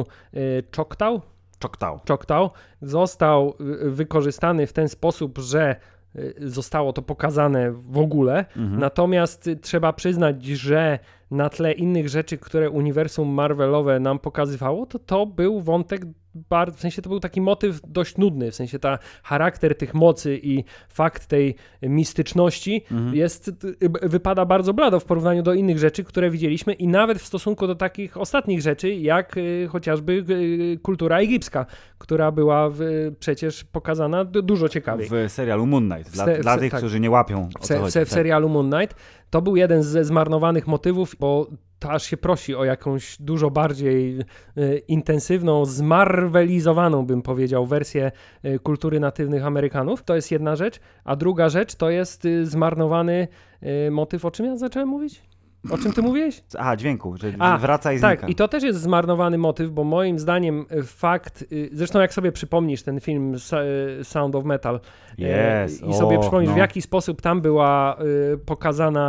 Choctaw został wykorzystany w ten sposób, że zostało to pokazane w ogóle, natomiast trzeba przyznać, że na tle innych rzeczy, które uniwersum Marvelowe nam pokazywało, to był wątek w sensie to był taki motyw dość nudny, w sensie charakter tych mocy i fakt tej mistyczności wypada bardzo blado w porównaniu do innych rzeczy, które widzieliśmy i nawet w stosunku do takich ostatnich rzeczy, jak chociażby kultura egipska, która była przecież pokazana dużo ciekawiej. W serialu Moon Knight, dla tych, którzy nie łapią o co chodzi. W serialu Moon Knight to był jeden ze zmarnowanych motywów, bo to aż się prosi o jakąś dużo bardziej intensywną, zmarwelizowaną, bym powiedział, wersję kultury natywnych Amerykanów. To jest jedna rzecz. A druga rzecz to jest zmarnowany motyw, o czym ja zacząłem mówić? O czym ty mówiłeś? Dźwięku, że wraca i znika. Tak, i to też jest zmarnowany motyw, bo moim zdaniem fakt, zresztą jak sobie przypomnisz ten film Sound of Metal i sobie przypomnisz, w jaki sposób tam była pokazana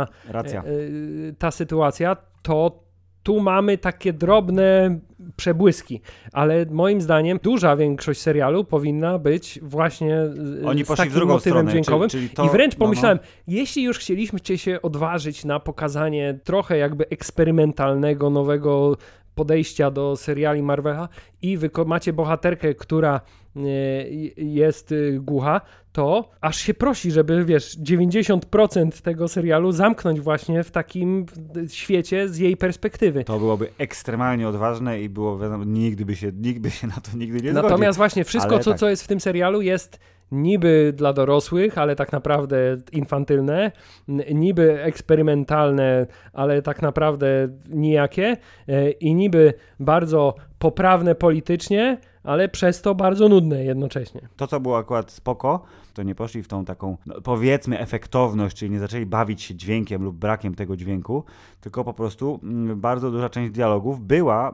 ta sytuacja, to tu mamy takie drobne przebłyski, ale moim zdaniem duża większość serialu powinna być właśnie z takim motywem dźwiękowym. Czyli to, i wręcz pomyślałem, jeśli już chcieliśmy się odważyć na pokazanie trochę jakby eksperymentalnego, nowego podejścia do seriali Marvela i macie bohaterkę, która jest głucha, to aż się prosi, żeby 90% tego serialu zamknąć właśnie w takim świecie z jej perspektywy. To byłoby ekstremalnie odważne i było wiadomo, nikt by się na to nigdy nie zgodził. Natomiast właśnie wszystko, co jest w tym serialu jest niby dla dorosłych, ale tak naprawdę infantylne, niby eksperymentalne, ale tak naprawdę nijakie i niby bardzo poprawne politycznie, ale przez to bardzo nudne jednocześnie. To, co było akurat spoko, to nie poszli w tą taką, powiedzmy, efektowność, czyli nie zaczęli bawić się dźwiękiem lub brakiem tego dźwięku, tylko po prostu bardzo duża część dialogów była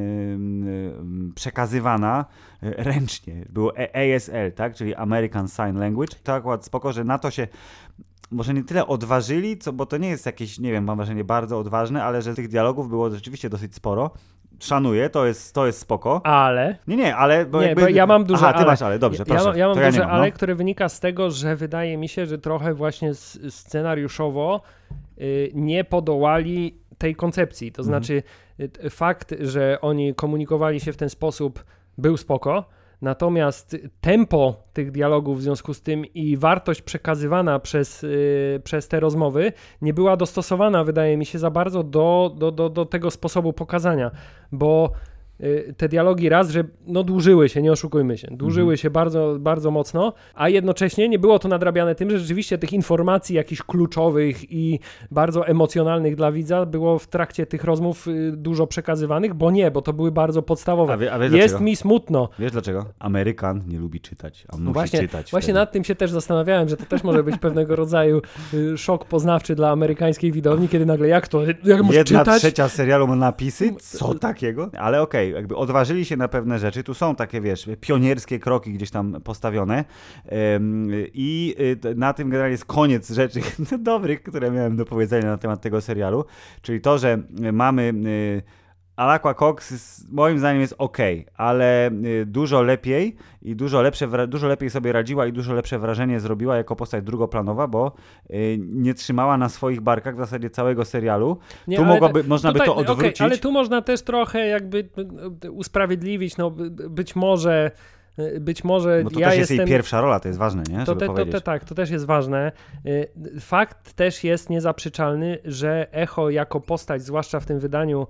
przekazywana ręcznie. Było ASL, tak? Czyli American Sign Language. To akurat spoko, że na to się może nie tyle odważyli, bo to nie jest jakieś, nie wiem, mam wrażenie, bardzo odważne, ale że tych dialogów było rzeczywiście dosyć sporo. Szanuję, to jest spoko. Ale? Nie, ale... Bo ja mam duże ale. Ty masz ale, dobrze, proszę. Ja mam duże ale, które wynika z tego, że wydaje mi się, że trochę właśnie scenariuszowo nie podołali tej koncepcji. To znaczy fakt, że oni komunikowali się w ten sposób był spoko, natomiast tempo tych dialogów w związku z tym i wartość przekazywana przez te rozmowy nie była dostosowana, wydaje mi się, za bardzo do tego sposobu pokazania, bo te dialogi że dłużyły się, nie oszukujmy się, dłużyły się bardzo, bardzo mocno, a jednocześnie nie było to nadrabiane tym, że rzeczywiście tych informacji jakichś kluczowych i bardzo emocjonalnych dla widza było w trakcie tych rozmów dużo przekazywanych, bo to były bardzo podstawowe. A wiesz jest dlaczego? Mi smutno. Wiesz dlaczego? Amerykan nie lubi czytać, a musi czytać. Właśnie nad tym się też zastanawiałem, że to też może być pewnego rodzaju szok poznawczy dla amerykańskiej widowni, kiedy nagle jak możesz czytać? 1/3 serialu ma napisy? Co takiego? Ale okej, jakby odważyli się na pewne rzeczy. Tu są takie, pionierskie kroki gdzieś tam postawione i na tym generalnie jest koniec rzeczy dobrych, które miałem do powiedzenia na temat tego serialu. Czyli to, że mamy Alaqua Cox moim zdaniem jest ale dużo lepiej i dużo lepiej sobie radziła i dużo lepsze wrażenie zrobiła jako postać drugoplanowa, bo nie trzymała na swoich barkach w zasadzie całego serialu. Tu można by to odwrócić. Ale tu można też trochę jakby usprawiedliwić, no być może no to też jest jej pierwsza rola, to jest ważne, nie? Żeby powiedzieć. Tak, to też jest ważne. Fakt też jest niezaprzeczalny, że Echo jako postać, zwłaszcza w tym wydaniu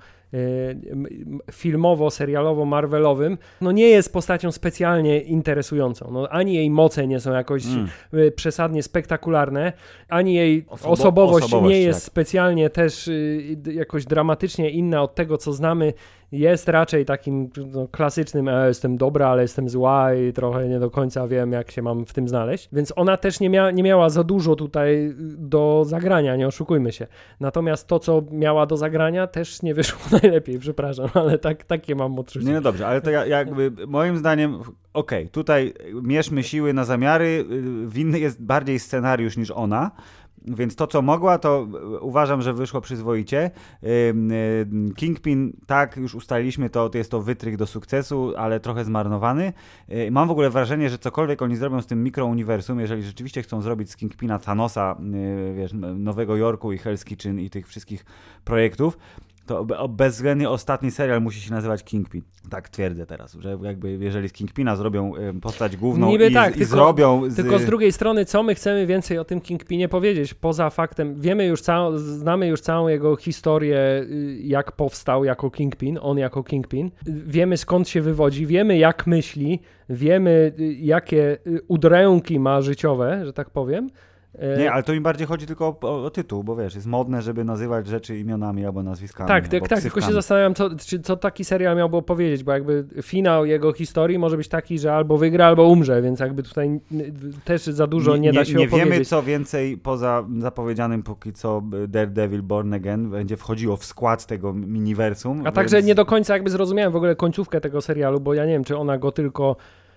filmowo-serialowo-marvelowym, no nie jest postacią specjalnie interesującą. No, ani jej moce nie są jakoś przesadnie spektakularne, ani jej osobowość nie jest specjalnie też jakoś dramatycznie inna od tego, co znamy. Jest raczej takim klasycznym jestem dobra, ale jestem zła i trochę nie do końca wiem, jak się mam w tym znaleźć. Więc ona też nie miała za dużo tutaj do zagrania, nie oszukujmy się. Natomiast to, co miała do zagrania, też nie wyszło najlepiej, przepraszam, ale takie mam odczucie. Nie, no dobrze, ale to jakby moim zdaniem tutaj mierzmy siły na zamiary, winny jest bardziej scenariusz niż ona. Więc to, co mogła, to uważam, że wyszło przyzwoicie. Kingpin, tak, już ustaliliśmy, to jest to wytrych do sukcesu, ale trochę zmarnowany. Mam w ogóle wrażenie, że cokolwiek oni zrobią z tym mikrouniwersum, jeżeli rzeczywiście chcą zrobić z Kingpina Thanosa, wiesz, Nowego Jorku i Hell's Kitchen i tych wszystkich projektów, to bezwzględnie ostatni serial musi się nazywać Kingpin. Tak twierdzę teraz, że jakby jeżeli z Kingpina zrobią postać główną Tylko z drugiej strony, co my chcemy więcej o tym Kingpinie powiedzieć? Poza faktem, znamy już całą jego historię, jak powstał jako Kingpin, on jako Kingpin. Wiemy, skąd się wywodzi, wiemy, jak myśli, wiemy, jakie udręki ma życiowe, że tak powiem. Nie, ale to mi bardziej chodzi tylko o tytuł, bo wiesz, jest modne, żeby nazywać rzeczy imionami albo nazwiskami. Tak, tylko się zastanawiam, co taki serial miałby opowiedzieć, bo jakby finał jego historii może być taki, że albo wygra, albo umrze, więc jakby tutaj też za dużo nie da się opowiedzieć. Nie wiemy, co więcej poza zapowiedzianym póki co Daredevil Born Again będzie wchodziło w skład tego miniversum. A także nie do końca jakby zrozumiałem w ogóle końcówkę tego serialu, bo ja nie wiem, czy ona go tylko,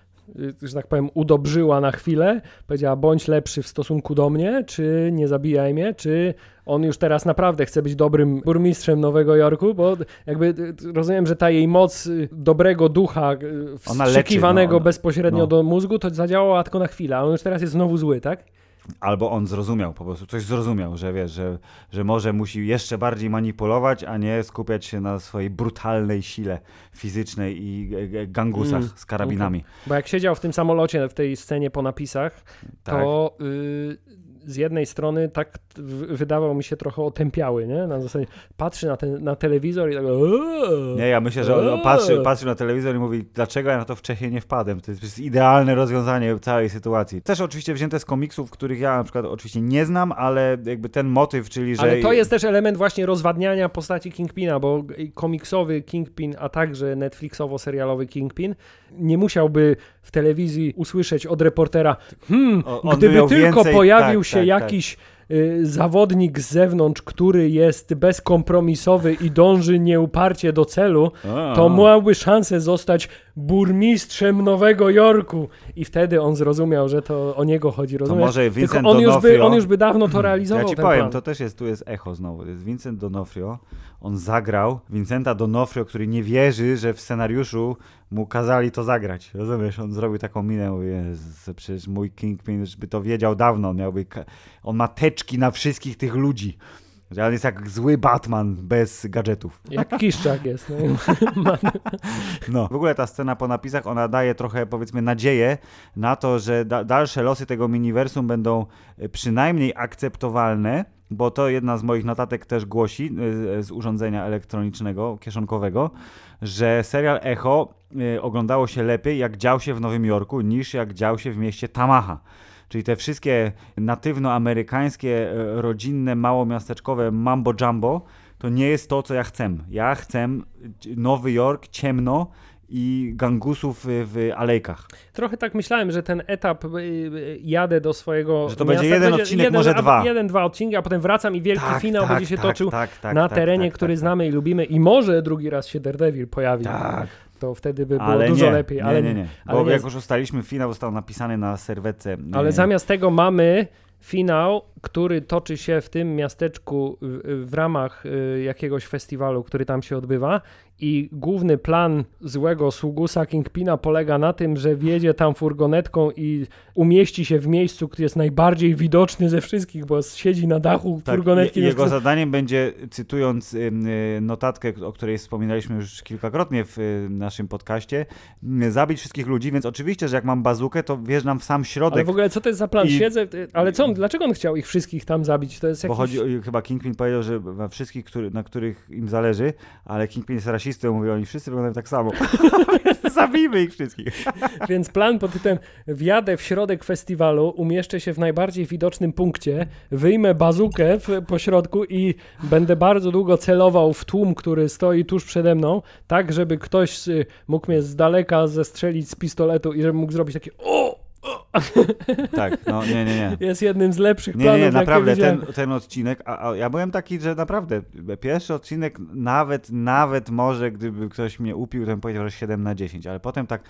że tak powiem, udobrzyła na chwilę, powiedziała bądź lepszy w stosunku do mnie, czy nie zabijaj mnie, czy on już teraz naprawdę chce być dobrym burmistrzem Nowego Jorku, bo jakby rozumiem, że ta jej moc dobrego ducha wstrzykiwanego bezpośrednio do mózgu, to zadziałała tylko na chwilę, a on już teraz jest znowu zły, tak? Albo on zrozumiał, po prostu coś zrozumiał, że wiesz, że może musi jeszcze bardziej manipulować, a nie skupiać się na swojej brutalnej sile fizycznej i gangusach z karabinami. Okay. Bo jak siedział w tym samolocie, w tej scenie po napisach, to z jednej strony tak wydawał mi się trochę otępiały, nie? Na zasadzie patrzy na telewizor i tak Nie, ja myślę, że on patrzy na telewizor i mówi, dlaczego ja na to wcześniej nie wpadłem? To jest idealne rozwiązanie całej sytuacji. Też oczywiście wzięte z komiksów, których ja na przykład oczywiście nie znam, ale jakby ten motyw, czyli że... Ale to jest też element właśnie rozwadniania postaci Kingpina, bo komiksowy Kingpin, a także Netflixowo-serialowy Kingpin nie musiałby w telewizji usłyszeć od reportera gdyby tylko pojawił się jakiś zawodnik z zewnątrz, który jest bezkompromisowy i dąży nieuparcie do celu, to miałby szansę zostać burmistrzem Nowego Jorku. I wtedy on zrozumiał, że to o niego chodzi. To może Vincent on już by dawno to realizował. Ja ci powiem, to też jest, tu jest echo znowu. To jest Vincent D'Onofrio. On zagrał Vincenta D'Onofrio, który nie wierzy, że w scenariuszu mu kazali to zagrać. Rozumiesz? On zrobił taką minę, mówi, przecież mój Kingpin już by to wiedział dawno. On ma teczki na wszystkich tych ludzi. Że on jest jak zły Batman bez gadżetów. Jak Kiszczak jest. No. W ogóle ta scena po napisach, ona daje trochę, powiedzmy, nadzieję na to, że dalsze losy tego miniversum będą przynajmniej akceptowalne, bo to jedna z moich notatek też głosi z urządzenia elektronicznego, kieszonkowego, że serial Echo oglądało się lepiej, jak dział się w Nowym Jorku, niż jak dział się w mieście Tamaha. Czyli te wszystkie natywnoamerykańskie, rodzinne, małomiasteczkowe mambo jumbo, to nie jest to, co ja chcę. Ja chcę Nowy Jork, ciemno i gangusów w alejkach. Trochę tak myślałem, że ten etap jadę do swojego że to miasta, będzie jeden odcinek, może dwa. Dwa odcinki, a potem wracam i wielki finał będzie się toczył na terenie, który znamy i lubimy i może drugi raz się Daredevil pojawi. Tak. To wtedy by było dużo lepiej. Nie. Bo jak już ustaliliśmy, finał został napisany na serwetce. Ale zamiast tego mamy finał, który toczy się w tym miasteczku w ramach jakiegoś festiwalu, który tam się odbywa i główny plan złego sługusa Kingpina polega na tym, że wjedzie tam furgonetką i umieści się w miejscu, który jest najbardziej widoczny ze wszystkich, bo siedzi na dachu furgonetki. Jego zadaniem będzie, cytując notatkę, o której wspominaliśmy już kilkakrotnie w naszym podcaście, zabić wszystkich ludzi, więc oczywiście, że jak mam bazukę, to wjeżdżam w sam środek. Ale w ogóle co to jest za plan? Siedzę, ale dlaczego on chciał ich wszystkich tam zabić? To jest jakiś... Bo chodzi, chyba Kingpin powiedział, że wszystkich, na których im zależy, ale Kingpin jest rasistą, mówi, oni wszyscy wyglądają tak samo. Zabijmy ich wszystkich. Więc plan pod tytułem wjadę w środek festiwalu, umieszczę się w najbardziej widocznym punkcie, wyjmę bazukę po środku i będę bardzo długo celował w tłum, który stoi tuż przede mną, tak, żeby ktoś mógł mnie z daleka zestrzelić z pistoletu i żeby mógł zrobić takie Tak, no nie. Jest jednym z lepszych planów, Nie, naprawdę, jakie ten odcinek, a ja byłem taki, że naprawdę, pierwszy odcinek nawet może, gdyby ktoś mnie upił, to bym powiedział, że 7/10, ale potem tak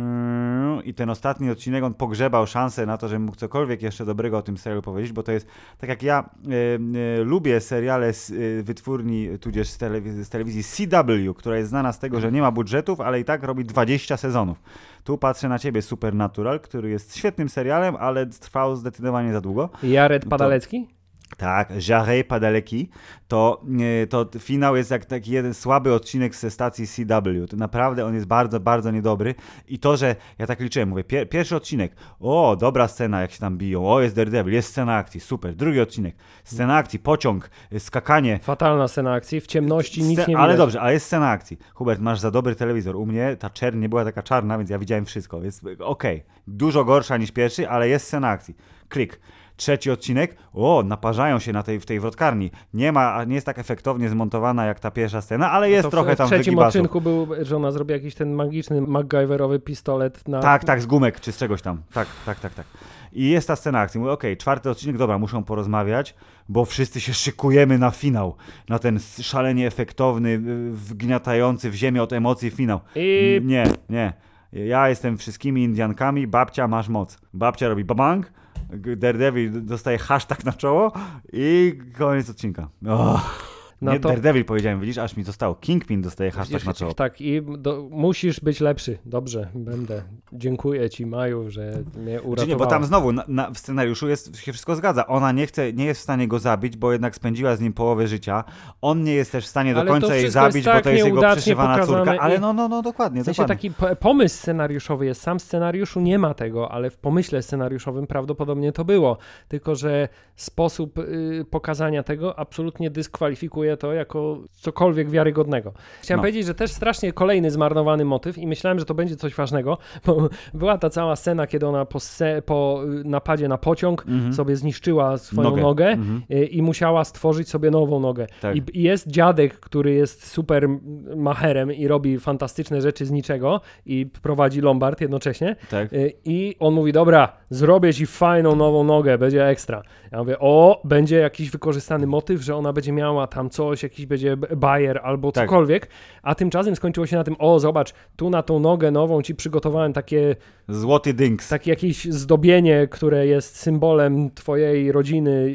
i ten ostatni odcinek, on pogrzebał szansę na to, żebym mógł cokolwiek jeszcze dobrego o tym serialu powiedzieć, bo to jest, tak jak ja lubię seriale z wytwórni, tudzież z telewizji CW, która jest znana z tego, że nie ma budżetów, ale i tak robi 20 sezonów. Tu patrzę na ciebie, Supernatural, który jest świetnym serialem, ale trwał zdecydowanie za długo. Jared Padalecki? Tak, Jared Padalecki. To finał jest jak taki jeden słaby odcinek ze stacji CW. To naprawdę on jest bardzo, bardzo niedobry. I to, że ja tak liczyłem, mówię, pierwszy odcinek, o, dobra scena, jak się tam biją, o, jest Daredevil, jest scena akcji, super. Drugi odcinek, scena akcji, pociąg, skakanie. Fatalna scena akcji, w ciemności nic nie widać. Ale dobrze, ale jest scena akcji. Hubert, masz za dobry telewizor. U mnie ta czerń nie była taka czarna, więc ja widziałem wszystko. Jest okej. Dużo gorsza niż pierwszy, ale jest scena akcji. Klik. Trzeci odcinek, naparzają się w tej wrotkarni. Nie jest tak efektownie zmontowana jak ta pierwsza scena, ale jest trochę tam wygibasu. W trzecim odcinku był, że ona zrobi jakiś ten magiczny MacGyverowy pistolet na... Tak, z gumek czy z czegoś tam. Tak. I jest ta scena akcji. Mówię, okej, czwarty odcinek, dobra, muszą porozmawiać, bo wszyscy się szykujemy na finał. Na ten szalenie efektowny, wgniatający w ziemię od emocji finał. Nie. Ja jestem wszystkimi Indiankami, babcia, masz moc. Babcia robi babang, Daredevil dostaje hashtag na czoło i koniec odcinka. Daredevil powiedziałem, widzisz, aż mi zostało. Kingpin dostaje hashtag na czoło. Tak, i musisz być lepszy. Dobrze, będę. Dziękuję ci, Maju, że mnie uratowała. Nie, bo tam znowu w scenariuszu się wszystko zgadza. Ona nie jest w stanie go zabić, bo jednak spędziła z nim połowę życia. On nie jest też w stanie do końca jej zabić, bo to jest jego przyszywana córka. Ale dokładnie. W sensie taki pomysł scenariuszowy jest. Sam w scenariuszu nie ma tego, ale w pomyśle scenariuszowym prawdopodobnie to było. Tylko że sposób pokazania tego absolutnie dyskwalifikuje to jako cokolwiek wiarygodnego. Chciałem powiedzieć, że też strasznie kolejny zmarnowany motyw i myślałem, że to będzie coś ważnego, bo była ta cała scena, kiedy ona po napadzie na pociąg sobie zniszczyła swoją nogę i musiała stworzyć sobie nową nogę. Tak. I jest dziadek, który jest super macherem i robi fantastyczne rzeczy z niczego i prowadzi lombard jednocześnie. Tak. I on mówi, dobra, zrobię ci fajną nową nogę, będzie ekstra. Ja mówię, będzie jakiś wykorzystany motyw, że ona będzie miała tam coś, jakiś będzie bajer albo cokolwiek, a tymczasem skończyło się na tym, zobacz, tu na tą nogę nową ci przygotowałem takie... Złoty dynks. Takie jakieś zdobienie, które jest symbolem twojej rodziny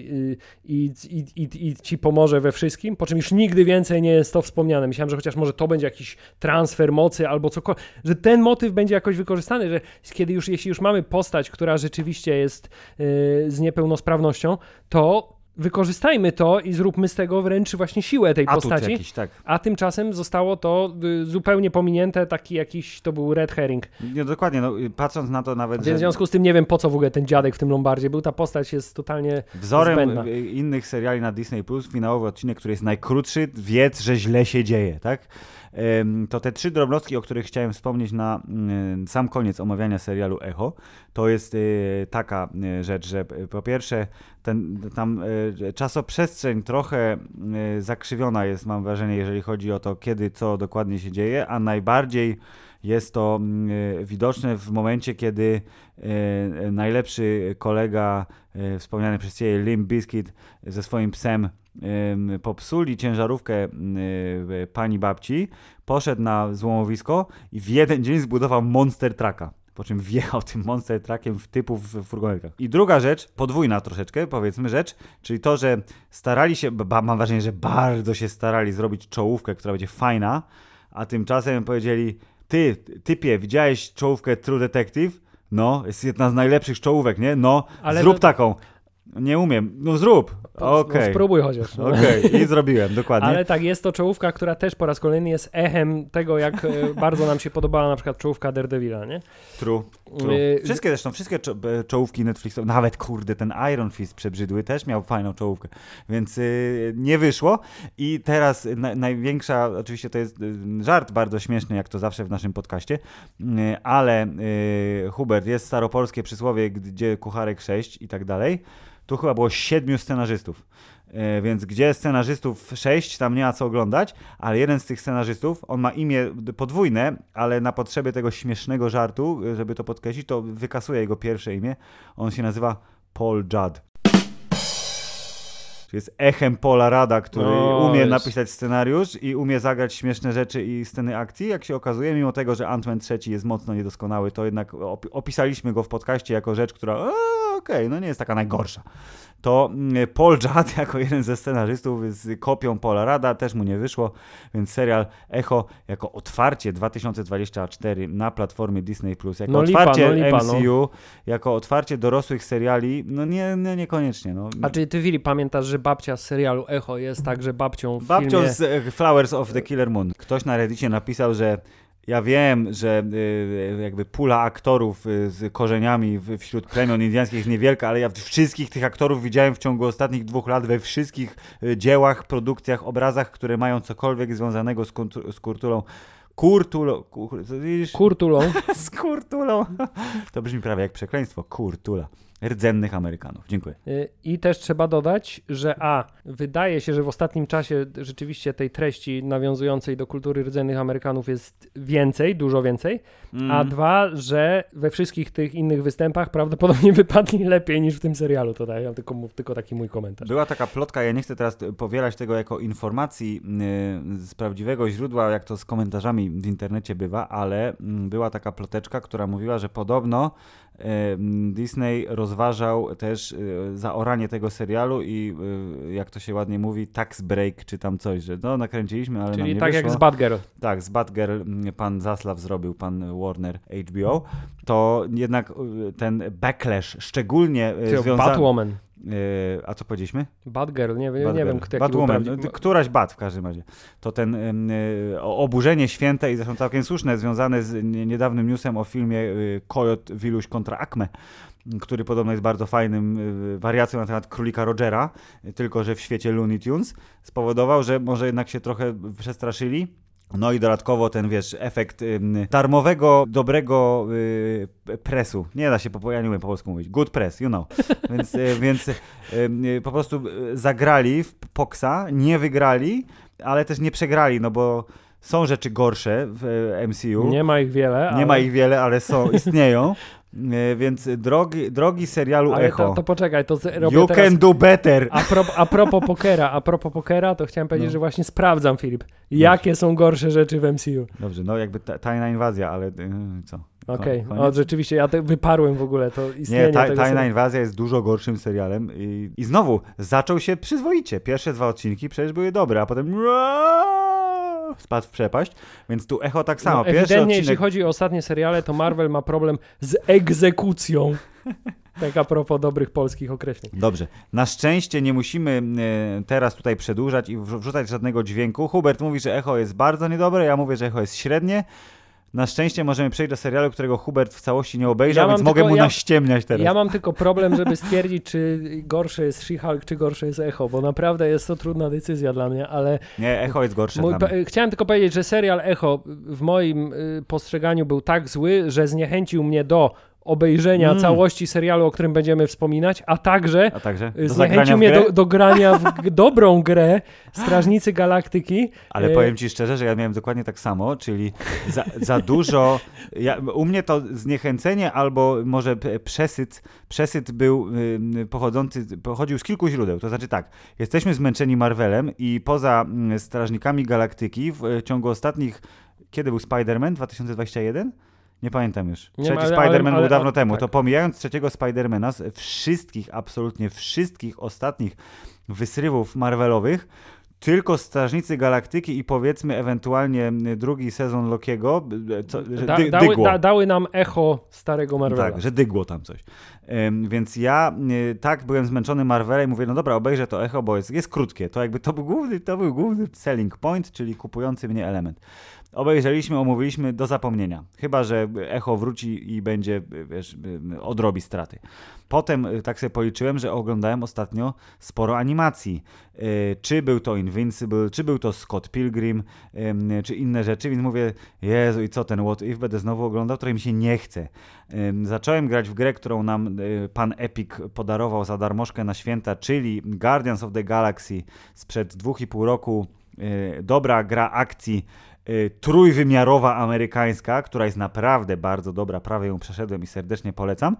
i ci pomoże we wszystkim, po czym już nigdy więcej nie jest to wspomniane. Myślałem, że chociaż może to będzie jakiś transfer mocy albo cokolwiek, że ten motyw będzie jakoś wykorzystany, że jeśli już mamy postać, która rzeczywiście jest z niepełnosprawnością, to wykorzystajmy to i zróbmy z tego wręcz właśnie siłę tej postaci. Jakiś, tak. A tymczasem zostało to zupełnie pominięte, taki jakiś, to był red herring. Nie, dokładnie, patrząc na to nawet, W związku z tym nie wiem, po co w ogóle ten dziadek w tym lombardzie był, ta postać jest totalnie wzorem zbędna. Innych seriali na Disney+, finałowy odcinek, który jest najkrótszy, wiedz, że źle się dzieje, tak? To te 3 drobnostki, o których chciałem wspomnieć na sam koniec omawiania serialu Echo, to jest taka rzecz, że po pierwsze tam czasoprzestrzeń trochę zakrzywiona jest, mam wrażenie, jeżeli chodzi o to, kiedy co dokładnie się dzieje, a najbardziej jest to widoczne w momencie, kiedy najlepszy kolega, wspomniany przez Ciebie, Limp Bizkit ze swoim psem popsuli ciężarówkę pani babci, poszedł na złomowisko i w jeden dzień zbudował monster trucka. po czym wjechał tym monster truckiem w typów w furgonetkach. I druga rzecz, podwójna troszeczkę, powiedzmy rzecz, czyli to, że starali się, mam wrażenie, że bardzo się starali zrobić czołówkę, która będzie fajna, a tymczasem powiedzieli, typie, widziałeś czołówkę True Detective? No, jest jedna z najlepszych czołówek, nie? No, ale zrób taką. Nie umiem. No zrób. Okej. No spróbuj chociaż. No. Okej, i zrobiłem, dokładnie. Ale tak, jest to czołówka, która też po raz kolejny jest echem tego, jak bardzo nam się podobała na przykład czołówka Daredevila, nie? True. Wszystkie czołówki Netflixowe, nawet kurde, ten Iron Fist przebrzydły też miał fajną czołówkę, więc nie wyszło. I teraz największa, oczywiście to jest żart bardzo śmieszny, jak to zawsze w naszym podcaście, ale Hubert, jest staropolskie przysłowie, gdzie kucharek 6 i tak dalej. Tu chyba było 7 scenarzystów, więc gdzie scenarzystów 6, tam nie ma co oglądać, ale jeden z tych scenarzystów, on ma imię podwójne, ale na potrzeby tego śmiesznego żartu, żeby to podkreślić, to wykasuje jego pierwsze imię. On się nazywa Paul Judd. Jest echem Paula Rudda, który umie napisać scenariusz i umie zagrać śmieszne rzeczy i sceny akcji. Jak się okazuje, mimo tego, że Ant-Man III jest mocno niedoskonały, to jednak opisaliśmy go w podcaście jako rzecz, która no nie jest taka najgorsza. To Paul Judd jako jeden ze scenarzystów z kopią Paula Rudda też mu nie wyszło, więc serial Echo jako otwarcie 2024 na platformie Disney+, jako otwarcie MCU, jako otwarcie dorosłych seriali, no niekoniecznie. No. A czy ty, Filip, pamiętasz, że babcia z serialu Echo jest także babcią w filmie... z Flowers of the Killer Moon. Ktoś na Reddicie napisał, że ja wiem, że jakby pula aktorów z korzeniami wśród plemion indiańskich jest niewielka, ale ja wszystkich tych aktorów widziałem w ciągu ostatnich 2 lat we wszystkich dziełach, produkcjach, obrazach, które mają cokolwiek związanego z Kurtulą. Kurtulą. Z Kurtulą. To brzmi prawie jak przekleństwo. Kurtula. Rdzennych Amerykanów. Dziękuję. I też trzeba dodać, że wydaje się, że w ostatnim czasie rzeczywiście tej treści nawiązującej do kultury rdzennych Amerykanów jest więcej, dużo więcej, a 2, że we wszystkich tych innych występach prawdopodobnie wypadli lepiej niż w tym serialu. To daję tylko taki mój komentarz. Była taka plotka, ja nie chcę teraz powielać tego jako informacji z prawdziwego źródła, jak to z komentarzami w internecie bywa, ale była taka ploteczka, która mówiła, że podobno Disney rozważał też zaoranie tego serialu i jak to się ładnie mówi, tax break czy tam coś, że nakręciliśmy, ale czyli nam nie tak wyszło. Jak z Batgirl. Tak, z Batgirl pan Zaslav zrobił, pan Warner HBO, to jednak ten backlash szczególnie związany... Batwoman. A co powiedzieliśmy? Batgirl, nie wiem, jaki Batwoman, któraś Bat w każdym razie. To ten oburzenie święte i zresztą całkiem słuszne, związane z niedawnym newsem o filmie Coyote Wiluś kontra Acme, który podobno jest bardzo fajnym wariacją na temat Królika Rogera, tylko że w świecie Looney Tunes, spowodował, że może jednak się trochę przestraszyli. No i dodatkowo ten, efekt darmowego, dobrego presu. Nie da się, ja nie umiem po polsku mówić. Good press, you know. Więc po prostu zagrali w Poxa, nie wygrali, ale też nie przegrali, no bo są rzeczy gorsze w MCU. Nie ma ich wiele, ale istnieją. Więc drogi serialu ale Echo. To poczekaj, to robię You teraz... can do better. A propos pokera, to chciałem powiedzieć, że właśnie sprawdzam, Filip, jakie są gorsze rzeczy w MCU. Dobrze, jakby tajna inwazja, ale co? Okej, rzeczywiście, ja wyparłem w ogóle to istnienie tego Tajna inwazja jest dużo gorszym serialem i znowu zaczął się przyzwoicie. Pierwsze 2 odcinki przecież były dobre, a potem spadł w przepaść, więc tu Echo tak samo. Ewidentnie, jeśli chodzi o ostatnie seriale, to Marvel ma problem z egzekucją. Tak a propos dobrych polskich określeń. Dobrze. Na szczęście nie musimy teraz tutaj przedłużać i wrzucać żadnego dźwięku. Hubert mówi, że Echo jest bardzo niedobre, ja mówię, że Echo jest średnie. Na szczęście możemy przejść do serialu, którego Hubert w całości nie obejrzał, więc mogę mu naściemniać teraz. Ja mam tylko problem, żeby stwierdzić, czy gorsze jest She-Hulk, czy gorsze jest Echo, bo naprawdę jest to trudna decyzja dla mnie, ale... Nie, Echo jest gorsze dla mnie. Chciałem tylko powiedzieć, że serial Echo w moim postrzeganiu był tak zły, że zniechęcił mnie do obejrzenia całości serialu, o którym będziemy wspominać, a także zniechęcił mnie do grania w dobrą grę Strażnicy Galaktyki. Ale powiem ci szczerze, że ja miałem dokładnie tak samo, czyli za dużo... u mnie to zniechęcenie albo może przesyt był pochodził z kilku źródeł. To znaczy tak, jesteśmy zmęczeni Marvelem i poza Strażnikami Galaktyki w ciągu ostatnich... Kiedy był Spider-Man? 2021? Nie pamiętam już. Nie, Trzeci ale- Spider-Man ale- był dawno ale- temu. tak. To pomijając trzeciego Spider-Mana, absolutnie wszystkich ostatnich wysrywów Marvelowych, tylko Strażnicy Galaktyki i powiedzmy ewentualnie drugi sezon Lokiego, że dygło. Dały nam echo starego Marvela. Tak, że dygło tam coś. Więc ja tak byłem zmęczony Marvelem i mówię, no dobra, obejrzę to echo, bo jest krótkie. To jakby to był główny selling point, czyli kupujący mnie element. Obejrzeliśmy, omówiliśmy do zapomnienia. Chyba że echo wróci i będzie, wiesz, odrobi straty. Potem tak sobie policzyłem, że oglądałem ostatnio sporo animacji. Czy był to Invincible, czy był to Scott Pilgrim, czy inne rzeczy, więc mówię, Jezu, i co ten What If będę znowu oglądał, której mi się nie chce. Zacząłem grać w grę, którą nam pan Epic podarował za darmożkę na święta, czyli Guardians of the Galaxy sprzed 2,5 roku. Dobra gra akcji, trójwymiarowa amerykańska, która jest naprawdę bardzo dobra, prawie ją przeszedłem i serdecznie polecam.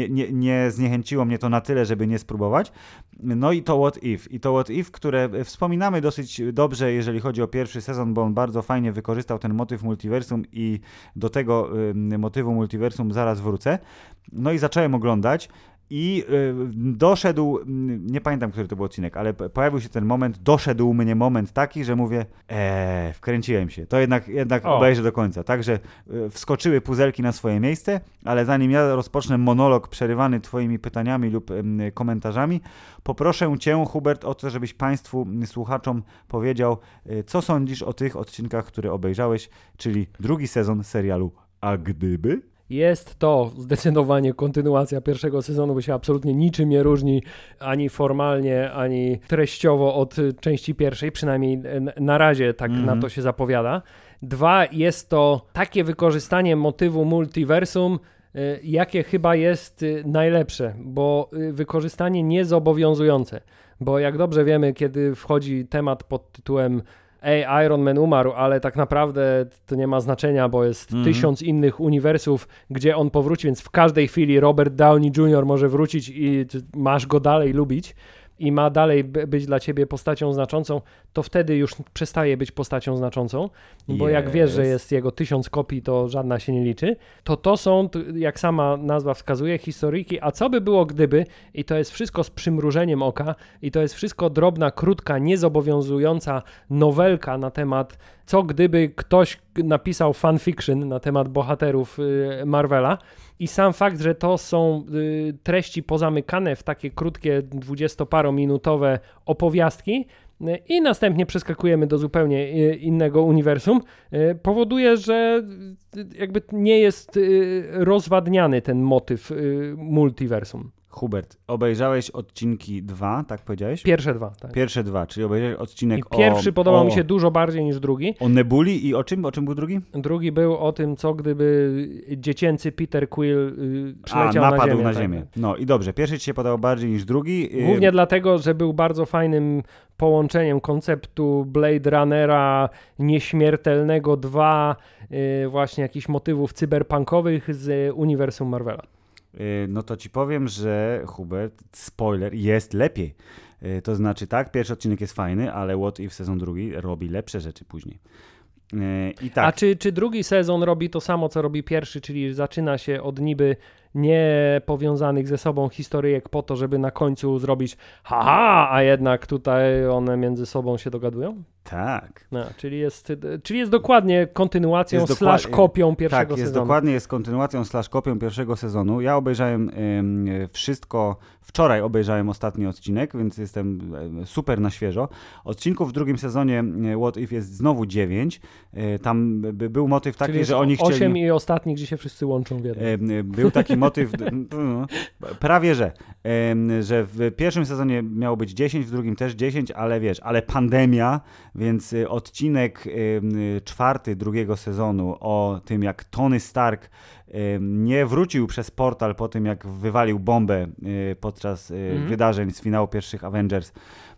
Nie zniechęciło mnie to na tyle, żeby nie spróbować. No i to What If, które wspominamy dosyć dobrze, jeżeli chodzi o pierwszy sezon, bo on bardzo fajnie wykorzystał ten motyw multiversum i do tego motywu multiversum zaraz wrócę. No i zacząłem oglądać. I doszedł, nie pamiętam, który to był odcinek, ale pojawił się ten moment, doszedł mnie moment taki, że mówię, wkręciłem się, to jednak obejrzę do końca. Także wskoczyły puzelki na swoje miejsce, ale zanim ja rozpocznę monolog przerywany twoimi pytaniami lub komentarzami, poproszę cię, Hubert, o to, żebyś państwu, słuchaczom powiedział, co sądzisz o tych odcinkach, które obejrzałeś, czyli drugi sezon serialu A Gdyby? Jest to zdecydowanie kontynuacja pierwszego sezonu, bo się absolutnie niczym nie różni ani formalnie, ani treściowo od części pierwszej, przynajmniej na razie tak na to się zapowiada. 2, jest to takie wykorzystanie motywu multiversum, jakie chyba jest najlepsze, bo wykorzystanie niezobowiązujące, bo jak dobrze wiemy, kiedy wchodzi temat pod tytułem Iron Man umarł, ale tak naprawdę to nie ma znaczenia, bo jest 1000 innych uniwersów, gdzie on powróci, więc w każdej chwili Robert Downey Jr. może wrócić i masz go dalej lubić i ma dalej być dla ciebie postacią znaczącą, to wtedy już przestaje być postacią znaczącą, bo jak wiesz, że jest jego 1000 kopii, to żadna się nie liczy. To są, jak sama nazwa wskazuje, historyjki, a co by było gdyby, i to jest wszystko z przymrużeniem oka, i to jest wszystko drobna, krótka, niezobowiązująca nowelka na temat, co gdyby ktoś napisał fanfiction na temat bohaterów Marvela. I sam fakt, że to są treści pozamykane w takie krótkie 20-parominutowe opowiastki i następnie przeskakujemy do zupełnie innego uniwersum, powoduje, że jakby nie jest rozwadniany ten motyw multiversum. Hubert, obejrzałeś odcinki 2, tak powiedziałeś? Pierwsze 2, tak. Pierwsze 2, czyli obejrzałeś odcinek I pierwszy podobał mi się dużo bardziej niż drugi. O Nebuli i o czym? O czym był drugi? Drugi był o tym, co gdyby dziecięcy Peter Quill przyleciał napadł na Ziemię. Tak. No i dobrze, pierwszy ci się podobał bardziej niż drugi. Głównie dlatego, że był bardzo fajnym połączeniem konceptu Blade Runnera, Nieśmiertelnego 2, właśnie jakichś motywów cyberpunkowych z uniwersum Marvela. No to ci powiem, że Hubert, spoiler, jest lepiej. To znaczy tak, pierwszy odcinek jest fajny, ale What If sezon drugi robi lepsze rzeczy później. I tak. A czy drugi sezon robi to samo, co robi pierwszy, czyli zaczyna się od niby niepowiązanych ze sobą historyjek po to, żeby na końcu zrobić a jednak tutaj one między sobą się dogadują? Tak. No, czyli jest dokładnie kontynuacją / kopią pierwszego sezonu. Tak, jest dokładnie, jest kontynuacją / kopią pierwszego sezonu. Ja obejrzałem wszystko, wczoraj obejrzałem ostatni odcinek, więc jestem super na świeżo. Odcinków w drugim sezonie What If jest znowu 9. Tam był motyw taki, czyli że oni chcieli... 8 i ostatni, gdzie się wszyscy łączą w jednym. Był taki motyw, prawie że w pierwszym sezonie miało być 10, w drugim też 10, ale pandemia, więc odcinek 4 drugiego sezonu o tym, jak Tony Stark nie wrócił przez portal po tym, jak wywalił bombę podczas wydarzeń z finału pierwszych Avengers,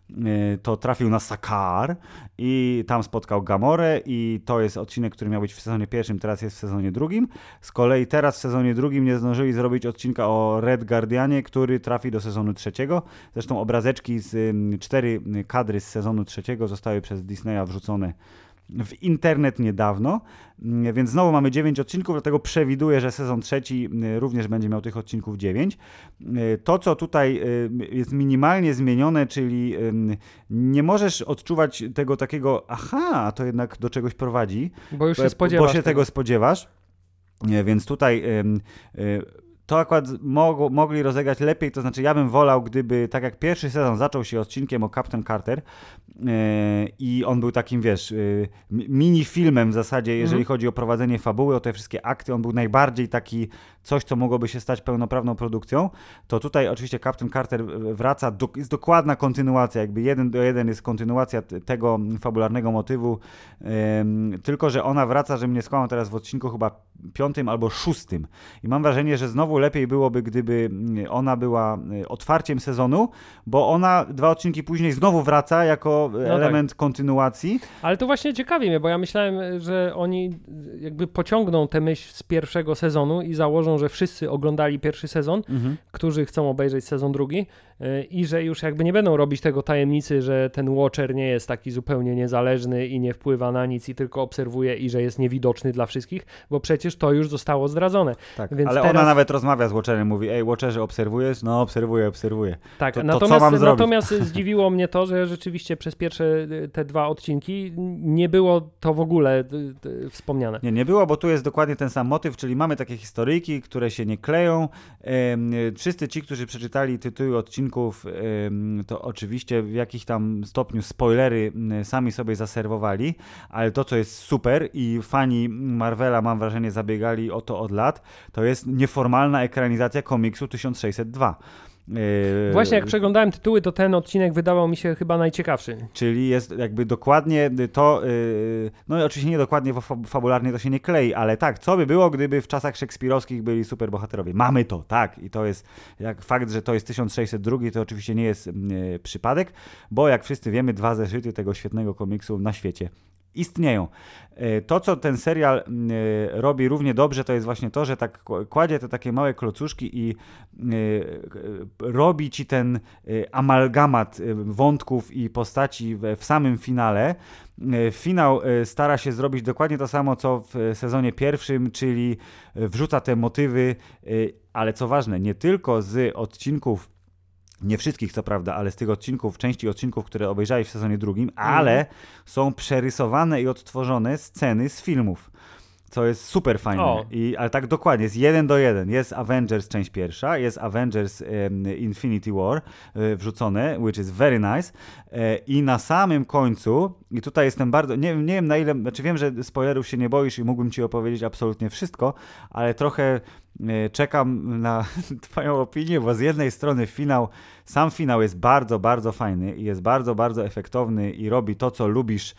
to trafił na Sakaar i tam spotkał Gamorę i to jest odcinek, który miał być w sezonie pierwszym, teraz jest w sezonie drugim. Z kolei teraz w sezonie drugim nie zdążyli zrobić odcinka o Red Guardianie, który trafi do sezonu trzeciego. Zresztą obrazeczki z 4 kadry z sezonu trzeciego zostały przez Disneya wrzucone w internet niedawno, więc znowu mamy 9 odcinków, dlatego przewiduję, że sezon trzeci również będzie miał tych odcinków 9. To, co tutaj jest minimalnie zmienione, czyli nie możesz odczuwać tego takiego, aha, to jednak do czegoś prowadzi. Bo już się spodziewasz. Bo się tego spodziewasz. Więc tutaj to akurat mogli rozegrać lepiej, to znaczy ja bym wolał, gdyby, tak jak pierwszy sezon zaczął się odcinkiem o Captain Carter i on był takim, wiesz, mini filmem w zasadzie, jeżeli chodzi o prowadzenie fabuły, o te wszystkie akty, on był najbardziej taki coś, co mogłoby się stać pełnoprawną produkcją, to tutaj oczywiście Captain Carter wraca, jest dokładna kontynuacja, jakby 1:1 jest kontynuacja tego fabularnego motywu, tylko że ona wraca, że mnie skłamał teraz w odcinku chyba 5. albo 6. I mam wrażenie, że znowu lepiej byłoby, gdyby ona była otwarciem sezonu, bo ona 2 odcinki później znowu wraca jako element kontynuacji. Ale to właśnie ciekawi mnie, bo ja myślałem, że oni jakby pociągną tę myśl z pierwszego sezonu i założą, że wszyscy oglądali pierwszy sezon, którzy chcą obejrzeć sezon drugi i że już jakby nie będą robić tego tajemnicy, że ten Watcher nie jest taki zupełnie niezależny i nie wpływa na nic i tylko obserwuje i że jest niewidoczny dla wszystkich, bo przecież to już zostało zdradzone. Tak, więc ale teraz... ona nawet rozmawia z Watcherem, mówi, ej Watcherze, obserwujesz? No obserwuję. Tak, to co mam zrobić? Natomiast zdziwiło mnie to, że rzeczywiście przez pierwsze te 2 odcinki nie było to w ogóle wspomniane. Nie było, bo tu jest dokładnie ten sam motyw, czyli mamy takie historyjki, które się nie kleją. Wszyscy ci, którzy przeczytali tytuły odcinków, to oczywiście w jakich tam stopniu spoilery sami sobie zaserwowali, ale to, co jest super i fani Marvela, mam wrażenie, zabiegali o to od lat, to jest nieformalna ekranizacja komiksu 1602. Właśnie jak przeglądałem tytuły, to ten odcinek wydawał mi się chyba najciekawszy. Czyli jest jakby dokładnie to, no i oczywiście nie dokładnie, bo fabularnie to się nie klei, ale tak, co by było, gdyby w czasach szekspirowskich byli superbohaterowie? Mamy to, tak, i to jest, jak fakt, że to jest 1602, to oczywiście nie jest przypadek, bo jak wszyscy wiemy, 2 zeszyty tego świetnego komiksu na świecie istnieją. To, co ten serial robi równie dobrze, to jest właśnie to, że tak kładzie te takie małe klocuszki i robi ci ten amalgamat wątków i postaci w samym finale. Finał stara się zrobić dokładnie to samo, co w sezonie pierwszym, czyli wrzuca te motywy, ale co ważne, nie tylko z odcinków, nie wszystkich co prawda, ale z tych odcinków, części odcinków, które obejrzałeś w sezonie drugim, ale są przerysowane i odtworzone sceny z filmów, co jest super fajne. Ale tak dokładnie, jest 1:1. Jest Avengers część pierwsza, jest Avengers Infinity War wrzucone, which is very nice. I na samym końcu, i tutaj jestem bardzo, nie wiem na ile, znaczy wiem, że spoilerów się nie boisz i mógłbym ci opowiedzieć absolutnie wszystko, ale trochę czekam na twoją opinię, bo z jednej strony sam finał jest bardzo, bardzo fajny i jest bardzo, bardzo efektowny i robi to, co lubisz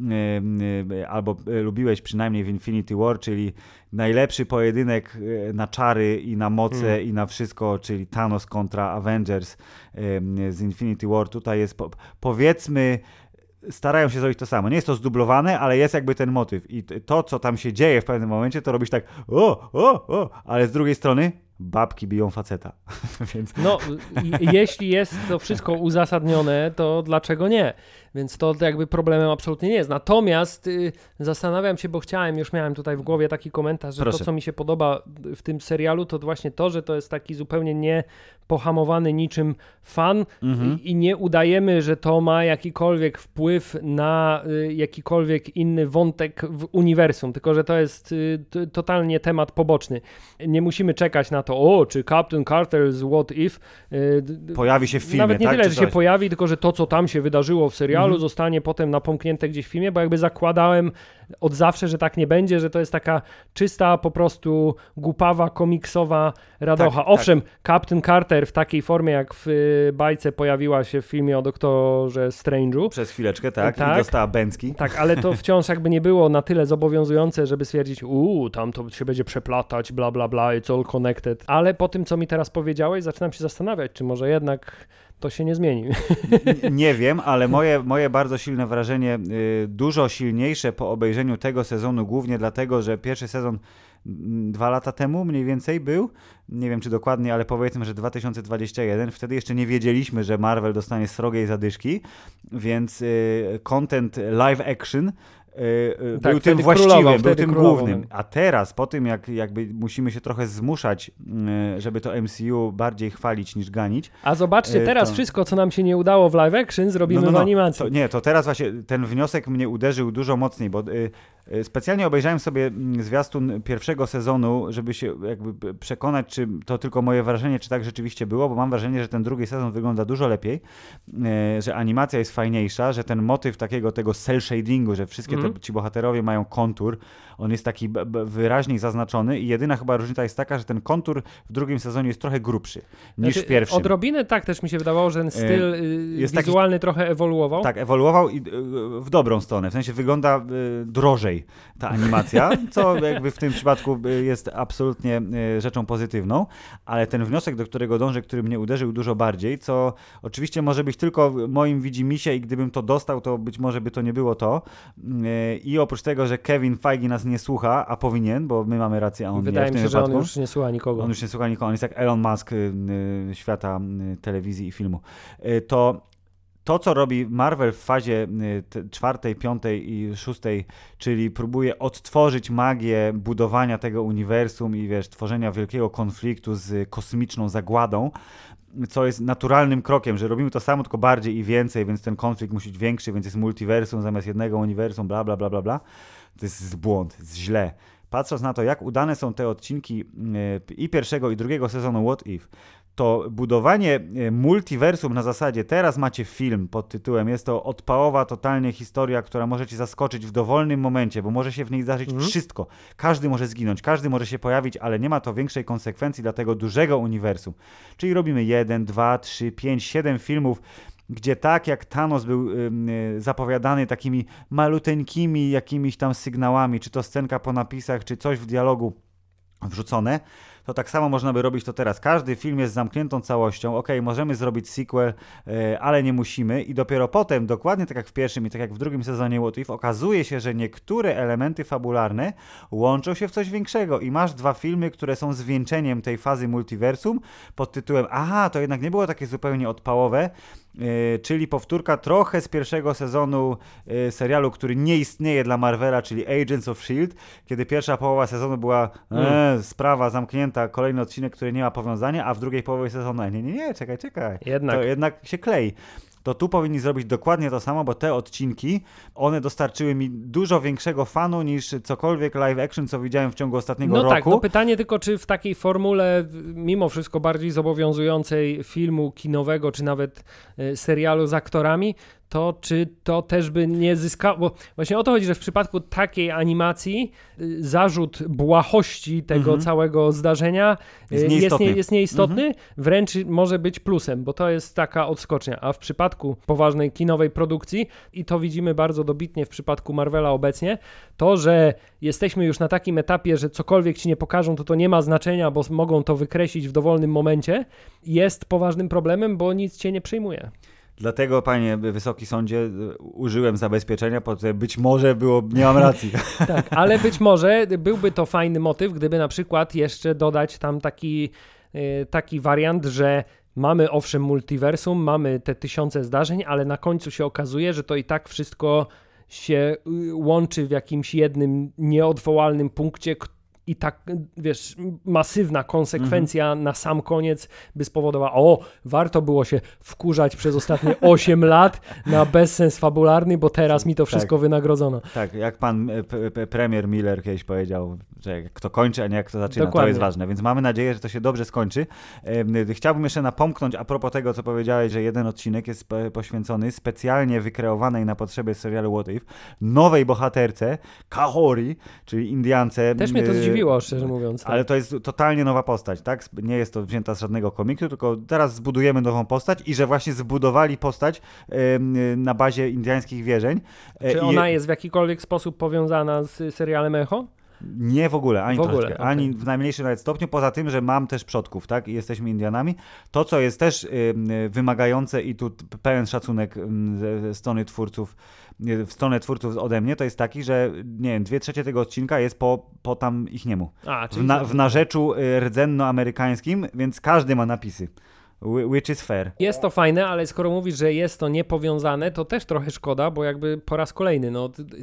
albo lubiłeś przynajmniej w Infinity War, czyli najlepszy pojedynek na czary i na moce i na wszystko, czyli Thanos kontra Avengers z Infinity War. Tutaj jest, powiedzmy, starają się zrobić to samo. Nie jest to zdublowane, ale jest jakby ten motyw. I to, co tam się dzieje w pewnym momencie, to robisz tak ale z drugiej strony babki biją faceta. Więc... No, jeśli jest to wszystko uzasadnione, to dlaczego nie? Więc to jakby problemem absolutnie nie jest. Natomiast zastanawiam się, bo miałem tutaj w głowie taki komentarz, że to, co mi się podoba w tym serialu, to właśnie to, że to jest taki zupełnie niepohamowany niczym fan i nie udajemy, że to ma jakikolwiek wpływ na jakikolwiek inny wątek w uniwersum, tylko że to jest totalnie temat poboczny. Nie musimy czekać na to, czy Captain Carter z What If pojawi się w filmie. Nawet nie tak, tyle, że się pojawi, tylko że to, co tam się wydarzyło w serialu, zostanie potem napomknięte gdzieś w filmie, bo jakby zakładałem od zawsze, że tak nie będzie, że to jest taka czysta, po prostu głupawa, komiksowa radocha. Owszem, Captain Carter w takiej formie, jak w bajce pojawiła się w filmie o Doktorze Strange'u. Przez chwileczkę, tak, i dostała bęcki. Tak, ale to wciąż jakby nie było na tyle zobowiązujące, żeby stwierdzić, tam to się będzie przeplatać, bla, bla, bla, it's all connected. Ale po tym, co mi teraz powiedziałeś, zaczynam się zastanawiać, czy może jednak to się nie zmieni. Nie wiem, ale moje bardzo silne wrażenie, dużo silniejsze po obejrzeniu tego sezonu, głównie dlatego, że pierwszy sezon 2 lata temu mniej więcej był, nie wiem czy dokładnie, ale powiedzmy, że 2021, wtedy jeszcze nie wiedzieliśmy, że Marvel dostanie srogiej zadyszki, więc content live action był tym właściwym, był tym królował. głównym. A teraz, po tym jakby musimy się trochę zmuszać, żeby to MCU bardziej chwalić niż ganić. A zobaczcie, teraz wszystko, co nam się nie udało w live action, zrobimy w animacji. To teraz właśnie ten wniosek mnie uderzył dużo mocniej, bo specjalnie obejrzałem sobie zwiastun pierwszego sezonu, żeby się jakby przekonać, czy to tylko moje wrażenie, czy tak rzeczywiście było, bo mam wrażenie, że ten drugi sezon wygląda dużo lepiej, że animacja jest fajniejsza, że ten motyw takiego tego cel shadingu, że wszystkie ci bohaterowie mają kontur, on jest taki wyraźniej zaznaczony i jedyna chyba różnica jest taka, że ten kontur w drugim sezonie jest trochę grubszy niż w pierwszym. Odrobinę tak też mi się wydawało, że ten styl jest wizualny trochę ewoluował. Tak, ewoluował i w dobrą stronę, w sensie wygląda drożej ta animacja, co jakby w tym przypadku jest absolutnie rzeczą pozytywną, ale ten wniosek, do którego dążę, który mnie uderzył dużo bardziej, co oczywiście może być tylko moim widzimisię i gdybym to dostał, to być może by to nie było to. I oprócz tego, że Kevin Feige nas nie słucha, a powinien, bo my mamy rację, a on Wydaje nie w mi tym się, że wypadku. on już nie słucha nikogo. On już nie słucha nikogo, on jest jak Elon Musk świata telewizji i filmu. To, co robi Marvel w fazie 4., 5. i 6., czyli próbuje odtworzyć magię budowania tego uniwersum i tworzenia wielkiego konfliktu z kosmiczną zagładą, co jest naturalnym krokiem, że robimy to samo, tylko bardziej i więcej, więc ten konflikt musi być większy, więc jest multiversum zamiast jednego uniwersum, bla, bla, bla, bla, bla. To jest błąd, jest źle. Patrząc na to, jak udane są te odcinki i pierwszego, i drugiego sezonu What If, to budowanie multiversum na zasadzie teraz macie film pod tytułem, jest to odpałowa totalnie historia, która może cię zaskoczyć w dowolnym momencie, bo może się w niej zdarzyć wszystko. Każdy może zginąć, każdy może się pojawić, ale nie ma to większej konsekwencji dla tego dużego uniwersum. Czyli robimy 1, 2, 3, 5, 7 filmów, gdzie tak jak Thanos był zapowiadany takimi maluteńkimi jakimiś tam sygnałami, czy to scenka po napisach, czy coś w dialogu wrzucone, to tak samo można by robić to teraz. Każdy film jest zamkniętą całością. Okej, możemy zrobić sequel, ale nie musimy. I dopiero potem, dokładnie tak jak w pierwszym i tak jak w drugim sezonie What If, okazuje się, że niektóre elementy fabularne łączą się w coś większego. I masz 2 filmy, które są zwieńczeniem tej fazy multiversum pod tytułem aha, to jednak nie było takie zupełnie odpałowe, czyli powtórka trochę z pierwszego sezonu serialu, który nie istnieje dla Marvela, czyli Agents of S.H.I.E.L.D., kiedy pierwsza połowa sezonu była sprawa zamknięta, kolejny odcinek, który nie ma powiązania, a w drugiej połowie sezonu nie, czekaj. To jednak się klei. To tu powinni zrobić dokładnie to samo, bo te odcinki, one dostarczyły mi dużo większego fanu niż cokolwiek live action, co widziałem w ciągu ostatniego roku. No tak, no pytanie tylko, czy w takiej formule mimo wszystko bardziej zobowiązującej filmu kinowego, czy nawet serialu z aktorami, to czy to też by nie zyskało, bo właśnie o to chodzi, że w przypadku takiej animacji zarzut błahości tego całego zdarzenia jest nieistotny, wręcz może być plusem, bo to jest taka odskocznia, a w przypadku poważnej kinowej produkcji, i to widzimy bardzo dobitnie w przypadku Marvela obecnie, to, że jesteśmy już na takim etapie, że cokolwiek ci nie pokażą, to nie ma znaczenia, bo mogą to wykreślić w dowolnym momencie, jest poważnym problemem, bo nic cię nie przejmuje. Dlatego, panie Wysoki Sądzie, użyłem zabezpieczenia, po to być może nie mam racji. Tak, ale być może byłby to fajny motyw, gdyby na przykład jeszcze dodać tam taki wariant, że mamy owszem multiversum, mamy te 1000 zdarzeń, ale na końcu się okazuje, że to i tak wszystko się łączy w jakimś jednym nieodwołalnym punkcie, i tak, masywna konsekwencja na sam koniec by spowodowała, warto było się wkurzać przez ostatnie 8 lat na bezsens fabularny, bo teraz mi to wszystko wynagrodzono. Tak, jak pan premier Miller kiedyś powiedział, że jak to kończy, a nie jak to zaczyna, dokładnie. To jest ważne, więc mamy nadzieję, że to się dobrze skończy. Chciałbym jeszcze napomknąć a propos tego, co powiedziałeś, że jeden odcinek jest poświęcony specjalnie wykreowanej na potrzeby serialu What If nowej bohaterce, Kahori, czyli Indiance. Też mnie to zdziwiło, szczerze mówiąc. Tak. Ale to jest totalnie nowa postać, tak? Nie jest to wzięta z żadnego komiksu, tylko teraz zbudujemy nową postać i że właśnie zbudowali postać na bazie indiańskich wierzeń. Czy ona jest w jakikolwiek sposób powiązana z serialem Echo? Nie w ogóle, ani troszeczkę, okay. Ani w najmniejszym nawet stopniu, poza tym, że mam też przodków, tak, i jesteśmy Indianami. To, co jest też wymagające i tu pełen szacunek ze strony twórców, w stronę twórców ode mnie, to jest taki, że nie wiem, 2/3 tego odcinka jest po tam ich niemu. W narzeczu rdzennoamerykańskim, więc każdy ma napisy. Which is fair. Jest to fajne, ale skoro mówisz, że jest to niepowiązane, to też trochę szkoda, bo jakby po raz kolejny,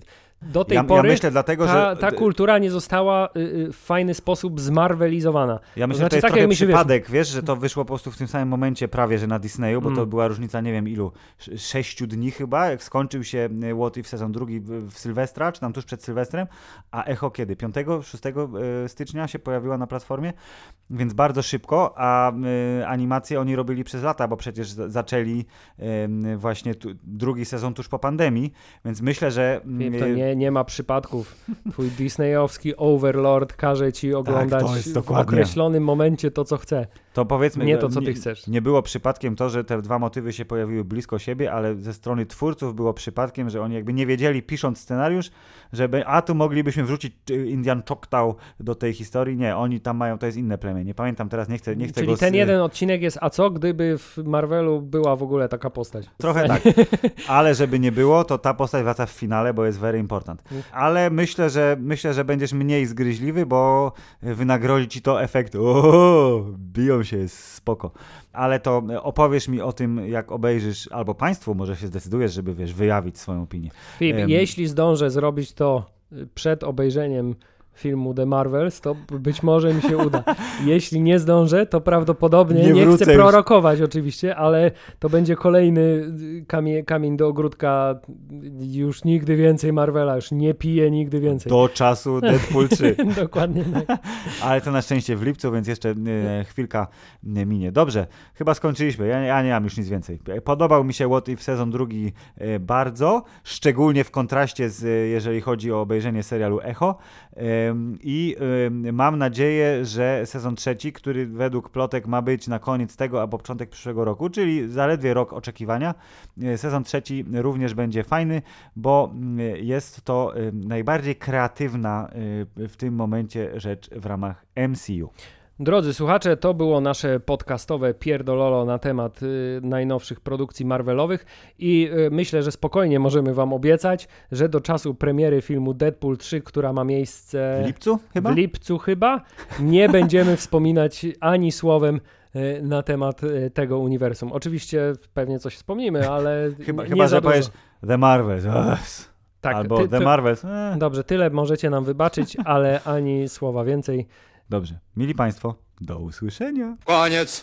do tej pory myślę dlatego, że ta kultura nie została w fajny sposób zmarvelizowana. Ja myślę, znaczy, że to jest tak, trochę przypadek, wiesz, że to wyszło po prostu w tym samym momencie prawie, że na Disneyu, bo to była różnica, nie wiem ilu, 6 dni chyba, jak skończył się What If sezon drugi w Sylwestra, czy tam tuż przed Sylwestrem, a Echo kiedy? 5, 6 stycznia się pojawiła na platformie, więc bardzo szybko, a animacje oni robili przez lata, bo przecież zaczęli właśnie drugi sezon tuż po pandemii, więc myślę, że... To nie ma przypadków. Twój disneyowski overlord każe ci oglądać w określonym momencie to, co chce. To powiedzmy, nie to, co ty chcesz. Nie było przypadkiem to, że te dwa motywy się pojawiły blisko siebie, ale ze strony twórców było przypadkiem, że oni jakby nie wiedzieli, pisząc scenariusz, żeby tu moglibyśmy wrzucić Indian Choctaw do tej historii. Nie, oni tam mają, to jest inne plemię. Nie pamiętam teraz, nie chcę Czyli go... ten jeden odcinek jest, a co gdyby w Marvelu była w ogóle taka postać? Trochę tak, ale żeby nie było, to ta postać wraca w finale, bo jest very important. Ale myślę, że będziesz mniej zgryźliwy, bo wynagrodzi ci to efekt biją się, jest spoko. Ale to opowiesz mi o tym, jak obejrzysz, albo państwu może się zdecydujesz, żeby wyjawić swoją opinię. Filip, jeśli zdążę zrobić to przed obejrzeniem filmu The Marvels, to być może mi się uda. Jeśli nie zdążę, to prawdopodobnie nie chcę prorokować oczywiście, ale to będzie kolejny kamień do ogródka. Już nigdy więcej Marvela, już nie piję nigdy więcej. Do czasu Deadpool 3. Dokładnie tak. Ale to na szczęście w lipcu, więc jeszcze chwilka minie. Dobrze, chyba skończyliśmy. Ja nie mam już nic więcej. Podobał mi się What If sezon drugi bardzo, szczególnie w kontraście jeżeli chodzi o obejrzenie serialu Echo. I mam nadzieję, że sezon trzeci, który według plotek ma być na koniec tego albo początek przyszłego roku, czyli zaledwie rok oczekiwania, sezon trzeci również będzie fajny, bo jest to najbardziej kreatywna w tym momencie rzecz w ramach MCU. Drodzy słuchacze, to było nasze podcastowe pierdololo na temat najnowszych produkcji Marvelowych i myślę, że spokojnie możemy wam obiecać, że do czasu premiery filmu Deadpool 3, która ma miejsce w lipcu chyba, nie będziemy wspominać ani słowem na temat tego uniwersum. Oczywiście pewnie coś wspomnimy, ale chyba że powiesz The Marvels. Tak, albo The Marvels. Dobrze, tyle możecie nam wybaczyć, ale ani słowa więcej. Dobrze. Mili Państwo, do usłyszenia. Koniec.